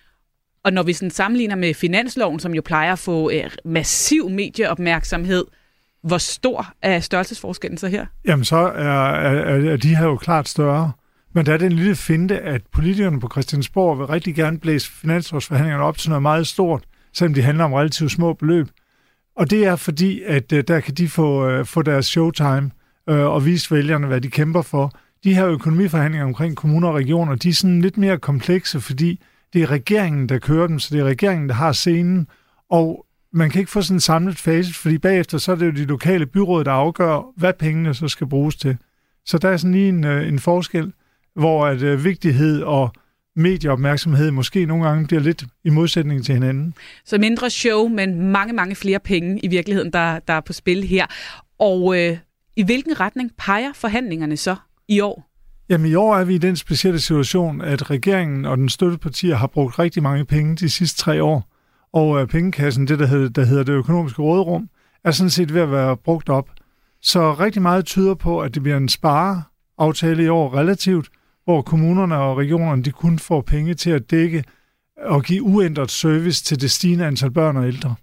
Og når vi sådan sammenligner med finansloven, som jo plejer at få eh, massiv medieopmærksomhed, hvor stor er størrelsesforskellen så her? Jamen så er, er, er de her jo klart større. Men der er den lille finte, at politikerne på Christiansborg vil rigtig gerne blæse finanslovsforhandlingerne op til noget meget stort, selvom de handler om relativt små beløb. Og det er fordi, at uh, der kan de få, uh, få deres showtime uh, og vise vælgerne, hvad de kæmper for. De her økonomiforhandlinger omkring kommuner og regioner, de er sådan lidt mere komplekse, fordi det er regeringen, der kører dem, så det er regeringen, der har scenen. Og man kan ikke få sådan en samlet fase, fordi bagefter så er det jo de lokale byråd, der afgør, hvad pengene så skal bruges til. Så der er sådan lige en, uh, en forskel, hvor at uh, vigtighed og medieopmærksomhed måske nogle gange bliver lidt i modsætning til hinanden. Så mindre show, men mange, mange flere penge i virkeligheden, der, der er på spil her. Og øh, i hvilken retning peger forhandlingerne så i år? Jamen i år er vi i den specielle situation, at regeringen og den støttepartier har brugt rigtig mange penge de sidste tre år. Og øh, pengekassen, det der hedder, der hedder det økonomiske råderum, er sådan set ved at være brugt op. Så rigtig meget tyder på, at det bliver en spareaftale i år relativt, hvor kommunerne og regionerne de kun får penge til at dække og give uændret service til det stigende antal børn og ældre.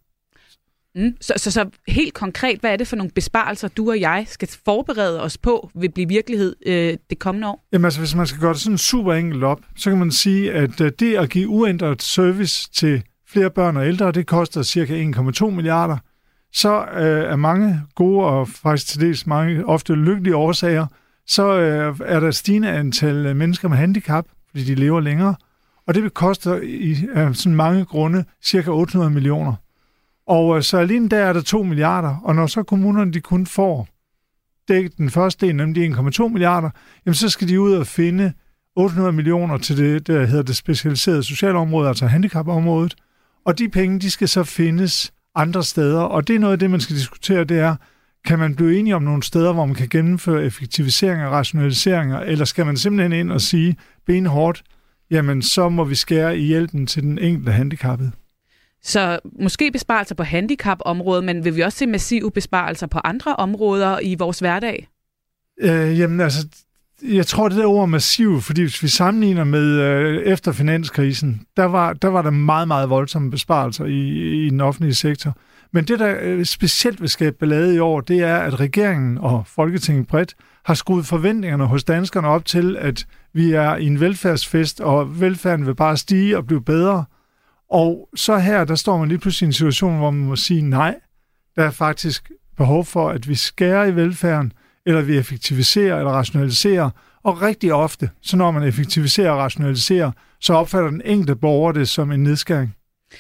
Mm. Så, så, så helt konkret, hvad er det for nogle besparelser, du og jeg skal forberede os på, vil blive virkelighed øh, det kommende år? Jamen altså, hvis man skal gøre det sådan super enkelt op, så kan man sige, at øh, det at give uændret service til flere børn og ældre, det koster cirka en komma to milliarder. Så øh, er mange gode og faktisk til dels mange ofte lykkelige årsager, så øh, er der stigende antal mennesker med handicap, fordi de lever længere, og det vil koste i øh, sådan mange grunde cirka otte hundrede millioner. Og øh, så alene der er der to milliarder, og når så kommunerne de kun får dækket den første del, nemlig en komma to milliarder, jamen så skal de ud og finde otte hundrede millioner til det, der hedder det specialiserede socialområde, altså handicapområdet. Og de penge, de skal så findes andre steder, og det er noget af det, man skal diskutere, det er, kan man blive enige om nogle steder, hvor man kan gennemføre effektiviseringer og rationaliseringer, eller skal man simpelthen ind og sige benhårdt, jamen så må vi skære i hjælpen til den enkelte handicappede. Så måske besparelser på handicapområdet, men vil vi også se massive besparelser på andre områder i vores hverdag? Øh, jamen altså, jeg tror, det der ord massiv, fordi hvis vi sammenligner med øh, efter finanskrisen, der var, der var der meget, meget voldsomme besparelser i, i den offentlige sektor. Men det, der øh, specielt vil skabe ballade i år, det er, at regeringen og Folketinget bredt har skruet forventningerne hos danskerne op til, at vi er i en velfærdsfest, og velfærden vil bare stige og blive bedre. Og så her, der står man lige pludselig i en situation, hvor man må sige nej. Der er faktisk behov for, at vi skærer i velfærden, eller vi effektiviserer eller rationaliserer. Og rigtig ofte, så når man effektiviserer og rationaliserer, så opfatter den enkelte borger det som en nedskæring.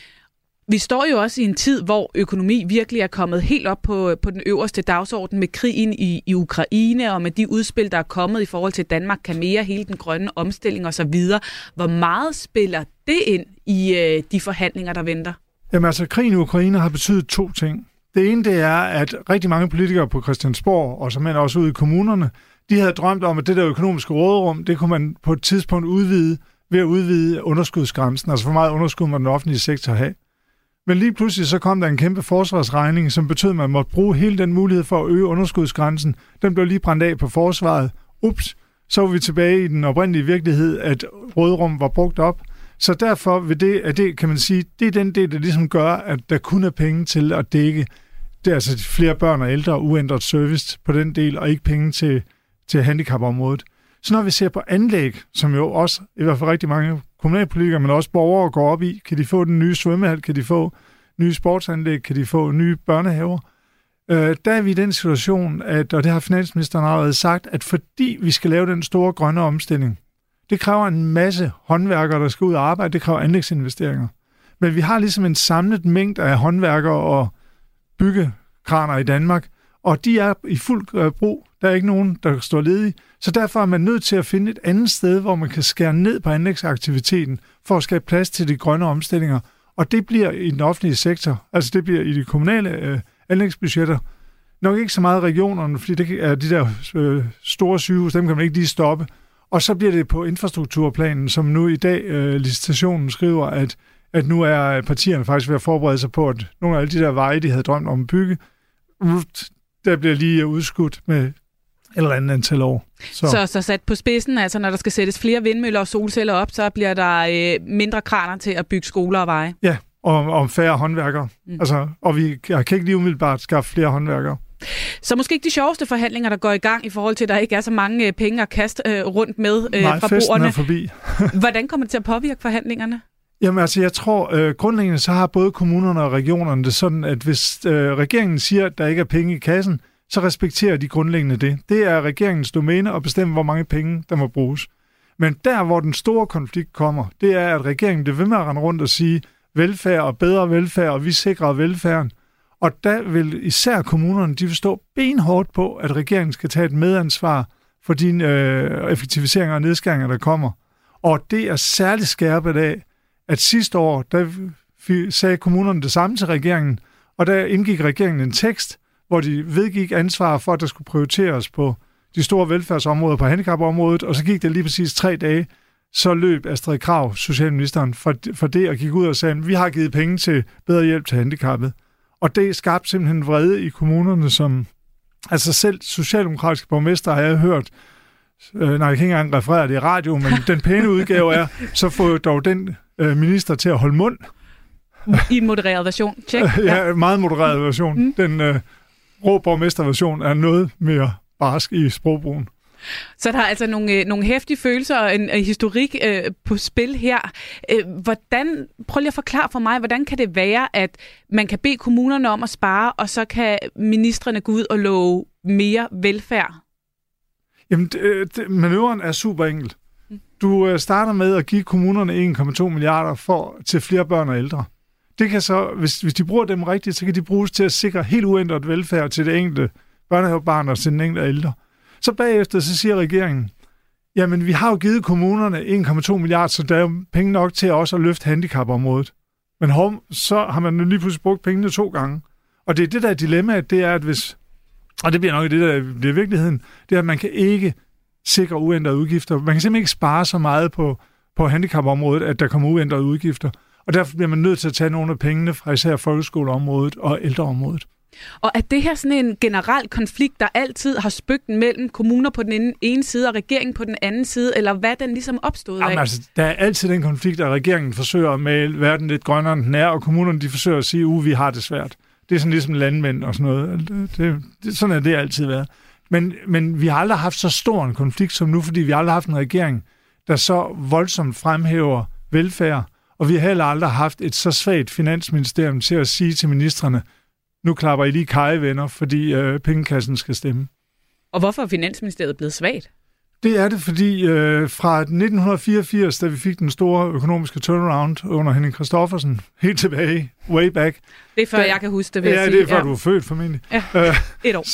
Vi står jo også i en tid, hvor økonomi virkelig er kommet helt op på, på den øverste dagsorden med krigen i, i Ukraine og med de udspil, der er kommet i forhold til Danmark kan mere, hele den grønne omstilling osv. Hvor meget spiller det ind i øh, de forhandlinger, der venter? Jamen altså, krigen i Ukraine har betydet to ting. Det ene, det er, at rigtig mange politikere på Christiansborg, og som man også ude i kommunerne, de havde drømt om, at det der økonomiske råderum, det kunne man på et tidspunkt udvide ved at udvide underskudsgrænsen. Altså, hvor meget underskud må den offentlige sektor have. Men lige pludselig så kom der en kæmpe forsvarsregning, som betød, at man måtte bruge hele den mulighed for at øge underskudsgrænsen. Den blev lige brændt af på forsvaret. Ups, så var vi tilbage i den oprindelige virkelighed, at råderum var brugt op. Så derfor vil det, at det, kan man sige, det er den del, der ligesom gør, at der kun er penge til at dække det er altså flere børn og ældre uændret service på den del, og ikke penge til, til handicapområdet. Så når vi ser på anlæg, som jo også, i hvert fald rigtig mange kommunalpolitikere, men også borgere går op i, kan de få den nye svømmehal, kan de få nye sportsanlæg, kan de få nye børnehaver. Øh, der er vi i den situation, at, og det har finansministeren allerede sagt, at fordi vi skal lave den store grønne omstilling, det kræver en masse håndværkere, der skal ud og arbejde, det kræver anlægsinvesteringer. Men vi har ligesom en samlet mængde af håndværkere og byggekraner i Danmark, og de er i fuld brug. Der er ikke nogen, der står ledige. Så derfor er man nødt til at finde et andet sted, hvor man kan skære ned på anlægsaktiviteten for at skabe plads til de grønne omstillinger. Og det bliver i den offentlige sektor, altså det bliver i de kommunale øh, anlægsbudgetter. Nok ikke så meget regionerne, fordi det er de der øh, store sygehus, dem kan man ikke lige stoppe. Og så bliver det på infrastrukturplanen, som nu i dag øh, licitationen skriver, at, at nu er partierne faktisk ved at forberede sig på, at nogle af alle de der veje, de havde drømt om at bygge, der bliver lige udskudt med et eller andet antal år. Så. Så, så sat på spidsen, altså når der skal sættes flere vindmøller og solceller op, så bliver der øh, mindre kraner til at bygge skoler og veje. Ja, og, og færre håndværkere. Mm. Altså, og vi kan ikke lige umiddelbart skaffe flere håndværkere. Så måske ikke de sjoveste forhandlinger, der går i gang i forhold til, at der ikke er så mange øh, penge at kaste øh, rundt med øh, Nej, fra bordene. Nej, festen er forbi. Hvordan kommer det til at påvirke forhandlingerne? Jamen altså, jeg tror, øh, grundlæggende så har både kommunerne og regionerne det sådan, at hvis øh, regeringen siger, at der ikke er penge i kassen, så respekterer de grundlæggende det. Det er regeringens domæne at bestemme, hvor mange penge der må bruges. Men der, hvor den store konflikt kommer, det er, at regeringen bliver ved med at rende rundt og sige velfærd og bedre velfærd, og vi sikrer velfærden. Og der vil især kommunerne, de vil stå benhårdt på, at regeringen skal tage et medansvar for de øh, effektiviseringer og nedskæringer, der kommer. Og det er særligt skærpet af, at sidste år, der sagde kommunerne det samme til regeringen, og der indgik regeringen en tekst, hvor de vedgik ansvar for, at der skulle prioriteres på de store velfærdsområder på handicapområdet, og så gik det lige præcis tre dage, så løb Astrid Krag, socialministeren, for, for det og gik ud og sagde, at vi har givet penge til bedre hjælp til handicappede. Og det skabte simpelthen vrede i kommunerne, som altså selv socialdemokratiske borgmester har jeg hørt, øh, nej, jeg kan ikke engang referere det i radio, men den pæne udgave er, så får dog den øh, minister til at holde mund. I en modereret version. Check. Ja, meget modereret version. Mm. Den øh, rå borgmesterversion er noget mere barsk i sprogbrugen. Så der er altså nogle, nogle heftige følelser og en, en historik øh, på spil her. Øh, hvordan, prøv lige at forklare for mig, hvordan kan det være, at man kan bede kommunerne om at spare, og så kan ministrene gå ud og love mere velfærd? Jamen, det, det, manøvren er super enkelt. Du øh, starter med at give kommunerne en komma to milliarder for, til flere børn og ældre. Det kan så, hvis, hvis de bruger dem rigtigt, så kan de bruges til at sikre helt uændret velfærd til det enkelte børnehavebarn og til den enkelte ældre. Så bagefter så siger regeringen, jamen vi har jo givet kommunerne en komma to milliarder, så der er jo penge nok til også at løfte handicapområdet. Men hov, så har man lige pludselig brugt pengene to gange. Og det er det der dilemma, det er, at hvis, og det bliver nok det der bliver virkeligheden, det er, at man kan ikke sikre uændrede udgifter. Man kan simpelthen ikke spare så meget på, på handicapområdet, at der kommer uændrede udgifter. Og derfor bliver man nødt til at tage nogle af pengene fra især folkeskoleområdet og ældreområdet. Og er det her sådan en generel konflikt, der altid har spøgt mellem kommuner på den ene side og regeringen på den anden side, eller hvad den ligesom opstod af? Jamen, altså, der er altid den konflikt, at regeringen forsøger at male verden lidt grønnere, end den er, og kommunerne de forsøger at sige, at vi har det svært. Det er sådan ligesom landmænd og sådan noget. Det, det, det, sådan er det altid været. Men, men vi har aldrig haft så stor en konflikt som nu, fordi vi har aldrig haft en regering, der så voldsomt fremhæver velfærd, og vi har heller aldrig haft et så svagt finansministerium til at sige til ministrene, nu klapper I lige kajevenner, fordi øh, pengekassen skal stemme. Og hvorfor er Finansministeriet blevet svagt? Det er det, fordi øh, fra nitten fireogfirs, da vi fik den store økonomiske turnaround under Henning Christoffersen, helt tilbage, way back. Det er før, der, jeg kan huske det, vil ja, jeg sige. Ja, det er før, ja. du var født, formentlig. Ja, øh, et år.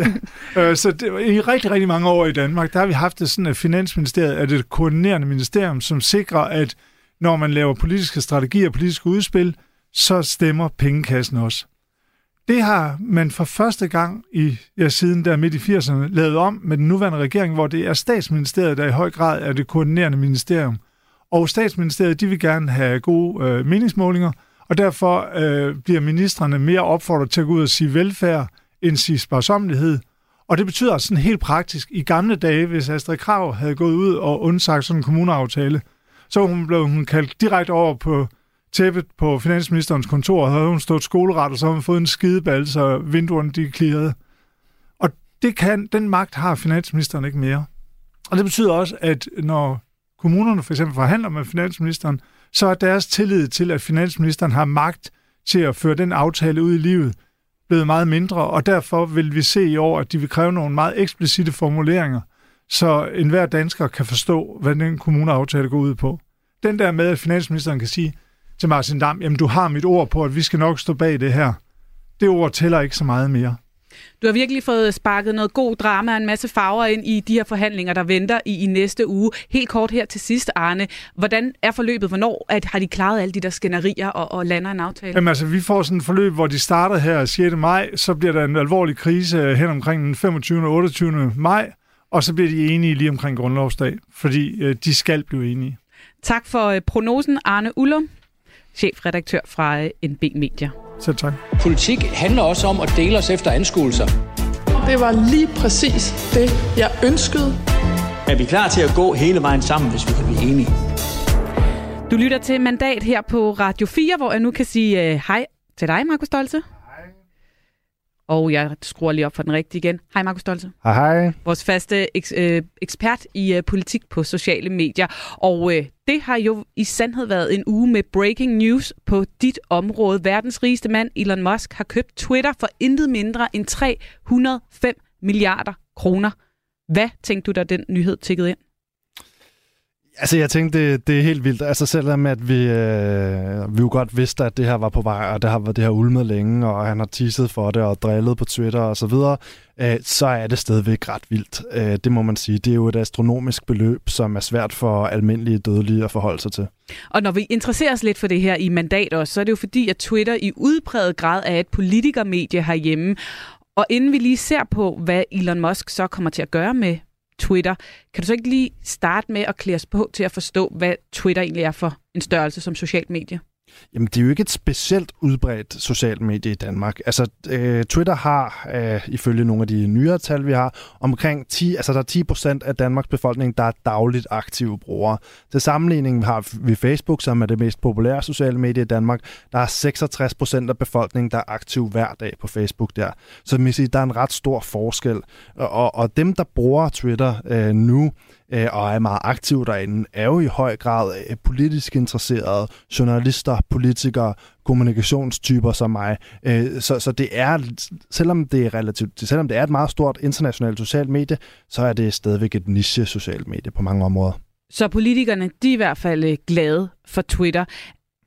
øh, så det, i rigtig, rigtig mange år i Danmark, der har vi haft det sådan, at Finansministeriet er det koordinerende ministerium, som sikrer, at når man laver politiske strategier og politiske udspil, så stemmer pengekassen også. Det har man for første gang i ja, siden der midt i firserne lavet om med den nuværende regering, hvor det er Statsministeriet, der i høj grad er det koordinerende ministerium. Og Statsministeriet, de vil gerne have gode øh, meningsmålinger, og derfor øh, bliver ministrene mere opfordret til at gå ud og sige velfærd, end sige sparsommelighed. Og det betyder sådan helt praktisk, i gamle dage, hvis Astrid Krag havde gået ud og undsagt sådan en kommuneaftale, så hun blev hun kaldt direkte over på tæppet på finansministerens kontor, og havde hun stået skoleret, og så havde hun fået en skideball, så vinduerne de klirrede. Og det kan, den magt har finansministeren ikke mere. Og det betyder også, at når kommunerne for eksempel forhandler med finansministeren, så er deres tillid til, at finansministeren har magt til at føre den aftale ud i livet, blevet meget mindre, og derfor vil vi se i år, at de vil kræve nogle meget eksplicite formuleringer, så enhver dansker kan forstå, hvad den kommuneaftale går ud på. Den der med, at finansministeren kan sige til Martin Damm, jamen du har mit ord på, at vi skal nok stå bag det her. Det ord tæller ikke så meget mere. Du har virkelig fået sparket noget god drama og en masse farver ind i de her forhandlinger, der venter i, i næste uge. Helt kort her til sidst, Arne. Hvordan er forløbet? Hvornår at, har de klaret alle de der skænderier og, og lander en aftale? Jamen altså, vi får sådan et forløb, hvor de starter her sjette maj, så bliver der en alvorlig krise hen omkring den femogtyvende og otteogtyvende maj, og så bliver de enige lige omkring grundlovsdag, fordi øh, de skal blive enige. Tak for øh, prognosen, Arne Ullum, chefredaktør fra øh, N B Media. Så tak. Politik handler også om at dele os efter anskuelser. Det var lige præcis det, jeg ønskede. Er vi klar til at gå hele vejen sammen, hvis vi kan blive enige? Du lytter til Mandat her på Radio fire, hvor jeg nu kan sige uh, hej til dig, Markus Stolze. Hej. Og jeg skruer lige op for den rigtige igen. Hej, Markus Stolze. Hej, hej. Vores faste eks- øh, ekspert i øh, politik på sociale medier. Og øh, det har jo i sandhed været en uge med breaking news på dit område. Verdens rigeste mand, Elon Musk, har købt Twitter for intet mindre end tre hundrede og fem milliarder kroner. Hvad tænkte du, da den nyhed tikkede ind? Altså, jeg tænkte, det, det er helt vildt. Altså, selvom at vi, øh, vi jo godt vidste, at det her var på vej, og det har været det her ulmet længe, og han har teaset for det og drillet på Twitter og så videre, øh, så er det stadigvæk ret vildt. Øh, det må man sige. Det er jo et astronomisk beløb, som er svært for almindelige dødelige at forholde sig til. Og når vi interesserer os lidt for det her i Mandat også, så er det jo fordi, at Twitter i udpræget grad er et politikermedie herhjemme. Og inden vi lige ser på, hvad Elon Musk så kommer til at gøre med Twitter, kan du så ikke lige starte med at klæde os på til at forstå, hvad Twitter egentlig er for en størrelse som socialt medie? Jamen, det er jo ikke et specielt udbredt socialt medie i Danmark. Altså, øh, Twitter har, øh, ifølge nogle af de nyere tal, vi har, omkring ti, altså der er ti procent af Danmarks befolkning, der er dagligt aktive brugere. Til sammenligning har vi Facebook, som er det mest populære sociale medie i Danmark. Der er seksogtres procent af befolkningen, der er aktiv hver dag på Facebook der. Så man siger, der er en ret stor forskel. Og, og dem, der bruger Twitter øh, nu, og er meget aktiv derinde, er jo i høj grad politisk interesserede journalister, politikere, kommunikationstyper som mig. Så, så det er, selvom det er relativt, selvom det er et meget stort internationalt socialt medie, så er det stadigvæk et niche socialt medie på mange områder. Så politikerne, de er i hvert fald glade for Twitter.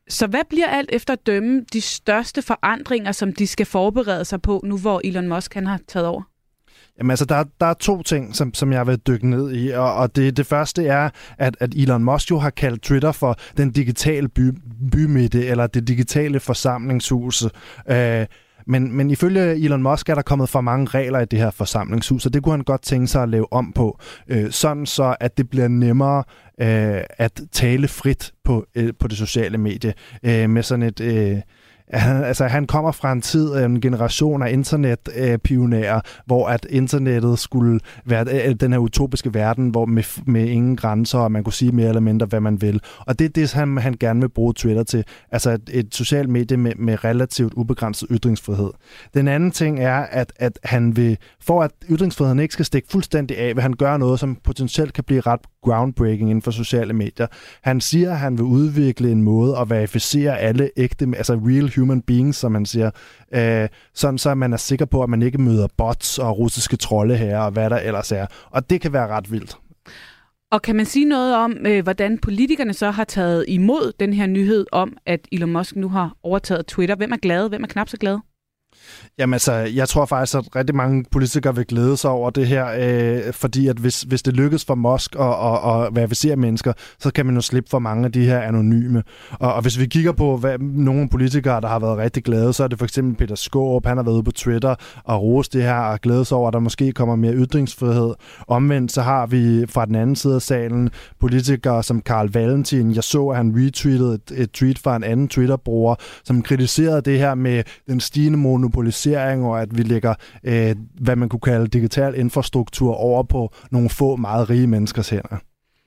Så hvad bliver alt efter at dømme de største forandringer, som de skal forberede sig på, nu hvor Elon Musk han har taget over? Jamen altså, der, der er to ting, som, som jeg vil dykke ned i, og, og det, det første er, at, at Elon Musk jo har kaldt Twitter for den digitale by, bymidte, eller det digitale forsamlingshus. Øh, men, men ifølge Elon Musk er der kommet for mange regler i det her forsamlingshus, og det kunne han godt tænke sig at lave om på, øh, sådan så at det bliver nemmere øh, at tale frit på, øh, på det sociale medie, øh, med sådan et... Øh, Han, altså, han kommer fra en tid, en generation af internetpionerer, hvor at internettet skulle være den her utopiske verden, hvor med, med ingen grænser, og man kunne sige mere eller mindre, hvad man vil. Og det er det, han, han gerne vil bruge Twitter til. Altså et, et socialt medie med, med relativt ubegrænset ytringsfrihed. Den anden ting er, at, at han vil, for at ytringsfriheden ikke skal stikke fuldstændig af, vil han gøre noget, som potentielt kan blive ret groundbreaking inden for sociale medier. Han siger, at han vil udvikle en måde at verificere alle ægte, altså real human beings, som man siger, øh, sådan så man er sikker på, at man ikke møder bots og russiske trolde her, og hvad der ellers er. Og det kan være ret vildt. Og kan man sige noget om, øh, hvordan politikerne så har taget imod den her nyhed om, at Elon Musk nu har overtaget Twitter? Hvem er glade? Hvem er knap så glade? Jamen altså, jeg tror faktisk, at rigtig mange politikere vil glæde sig over det her, øh, fordi at hvis, hvis det lykkes for Musk at, at, at verificere mennesker, så kan man jo slippe for mange af de her anonyme. Og, og hvis vi kigger på hvad, nogle politikere, der har været rigtig glade, så er det for eksempel Peter Skaarup, han har været ude på Twitter og rost det her og glæde sig over, at der måske kommer mere ytringsfrihed. Omvendt så har vi fra den anden side af salen politikere som Carl Valentin. Jeg så, at han retweetede et, et tweet fra en anden Twitter-bruger, som kritiserede det her med den stigende monopolisering, og at vi lægger, øh, hvad man kunne kalde digital infrastruktur over på nogle få meget rige menneskers hænder.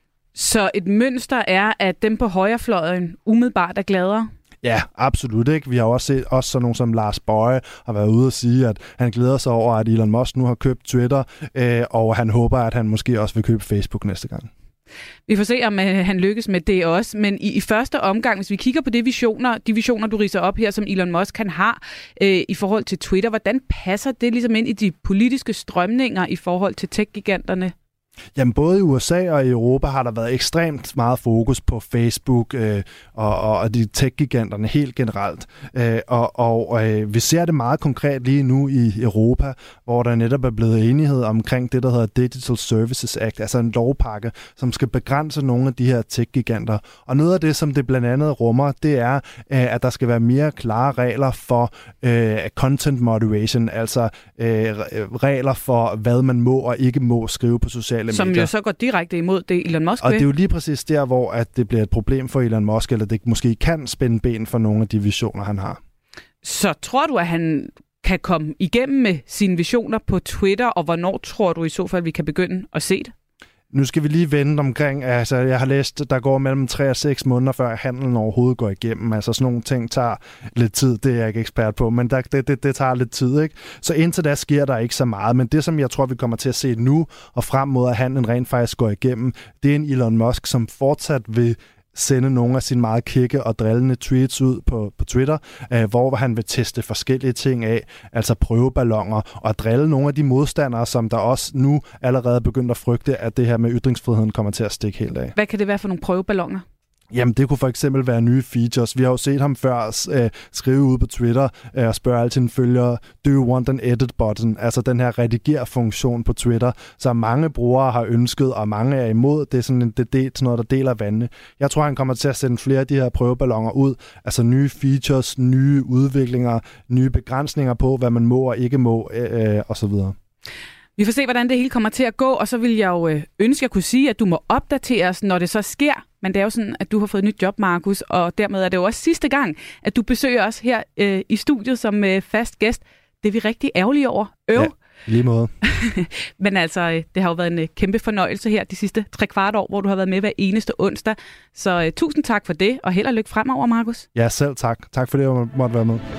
Så et mønster er, at dem på højrefløjen umiddelbart er gladere? Ja, absolut ikke. Vi har også set også sådan nogen som Lars Boje har været ude og sige, at han glæder sig over, at Elon Musk nu har købt Twitter, øh, og han håber, at han måske også vil købe Facebook næste gang. Vi får se, om uh, han lykkes med det også, men i, i første omgang, hvis vi kigger på de visioner, de visioner, du ridser op her, som Elon Musk han har uh, i forhold til Twitter, hvordan passer det ligesom ind i de politiske strømninger i forhold til tech-giganterne? Jamen både i U S A og i Europa har der været ekstremt meget fokus på Facebook øh, og, og, og de tech-giganterne helt generelt. Øh, og og øh, vi ser det meget konkret lige nu i Europa, hvor der netop er blevet enighed omkring det, der hedder Digital Services Act, altså en lovpakke, som skal begrænse nogle af de her tech-giganter. Og noget af det, som det blandt andet rummer, det er, øh, at der skal være mere klare regler for øh, content moderation, altså øh, regler for, hvad man må og ikke må skrive på sociale som medier. jo så går direkte imod det, Elon Musk Og vil. det er jo lige præcis der, hvor at det bliver et problem for Elon Musk, eller det måske kan spænde ben for nogle af de visioner, han har. Så tror du, at han kan komme igennem med sine visioner på Twitter, og hvornår tror du i så fald, vi kan begynde at se det? Nu skal vi lige vente omkring, altså jeg har læst, der går mellem tre og seks måneder, før handlen overhovedet går igennem. Altså sådan nogle ting tager lidt tid, det er jeg ikke ekspert på, men der, det, det, det tager lidt tid, ikke? Så indtil da sker der ikke så meget, men det som jeg tror, vi kommer til at se nu, og frem mod at handlen rent faktisk går igennem, det er en Elon Musk, som fortsat vil sende nogle af sine meget kække og drillende tweets ud på, på Twitter, øh, hvor han vil teste forskellige ting af, altså prøveballoner, og drille nogle af de modstandere, som der også nu allerede er begyndt at frygte, at det her med ytringsfriheden kommer til at stikke helt af. Hvad kan det være for nogle prøveballoner? Jamen, det kunne for eksempel være nye features. Vi har jo set ham før øh, skrive ud på Twitter øh, og spørge alle sine følgere, do you want an edit button? Altså den her rediger-funktion på Twitter, som mange brugere har ønsket, og mange er imod. Det er sådan, en, det, det er sådan noget, der deler vandene. Jeg tror, han kommer til at sende flere af de her prøveballoner ud. Altså nye features, nye udviklinger, nye begrænsninger på, hvad man må og ikke må, øh, osv. Vi får se, hvordan det hele kommer til at gå, og så vil jeg jo øh, ønske, at jeg kunne sige, at du må opdateres, når det så sker. Men det er jo sådan, at du har fået et nyt job, Markus, og dermed er det jo også sidste gang, at du besøger os her øh, i studiet som øh, fast gæst. Det er vi rigtig ærgerlige over. Øv. Ja, lige måde. Men altså, øh, det har jo været en øh, kæmpe fornøjelse her de sidste tre kvart år, hvor du har været med hver eneste onsdag. Så øh, tusind tak for det, og held og lykke fremover, Markus. Ja, selv tak. Tak for det, jeg måtte være med.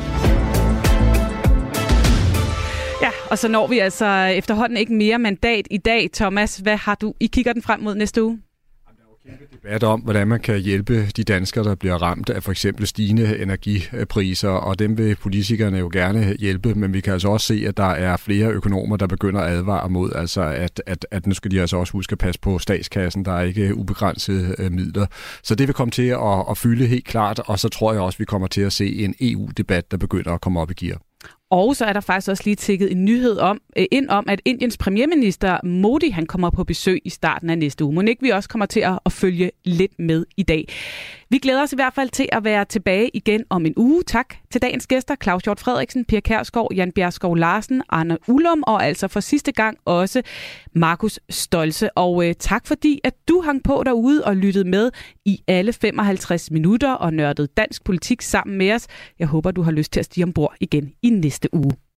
Ja, og så når vi altså efterhånden ikke mere mandat i dag. Thomas, hvad har du i kigger den frem mod næste uge? debat om, hvordan man kan hjælpe de danskere, der bliver ramt af for eksempel stigende energipriser, og dem vil politikerne jo gerne hjælpe, men vi kan altså også se, at der er flere økonomer, der begynder at advare mod, altså at, at, at nu skal de altså også huske at passe på statskassen, der er ikke ubegrænsede øh, midler. Så det vil komme til at, at fylde helt klart, og så tror jeg også, at vi kommer til at se en E U-debat, der begynder at komme op i gear. Og så er der faktisk også lige tækket en nyhed om, øh, ind om, at Indiens premierminister Modi han kommer på besøg i starten af næste uge. Må ikke vi også kommer til at, at følge lidt med i dag. Vi glæder os i hvert fald til at være tilbage igen om en uge. Tak til dagens gæster, Claus Hjort Frederiksen, Pia Kjærsgaard, Jan Bjergskov Larsen, Arne Ullum og altså for sidste gang også Markus Stolze. Og øh, tak fordi, at du hang på derude og lyttede med i alle femoghalvtreds minutter og nørdede dansk politik sammen med os. Jeg håber, du har lyst til at stige ombord igen i næste uge.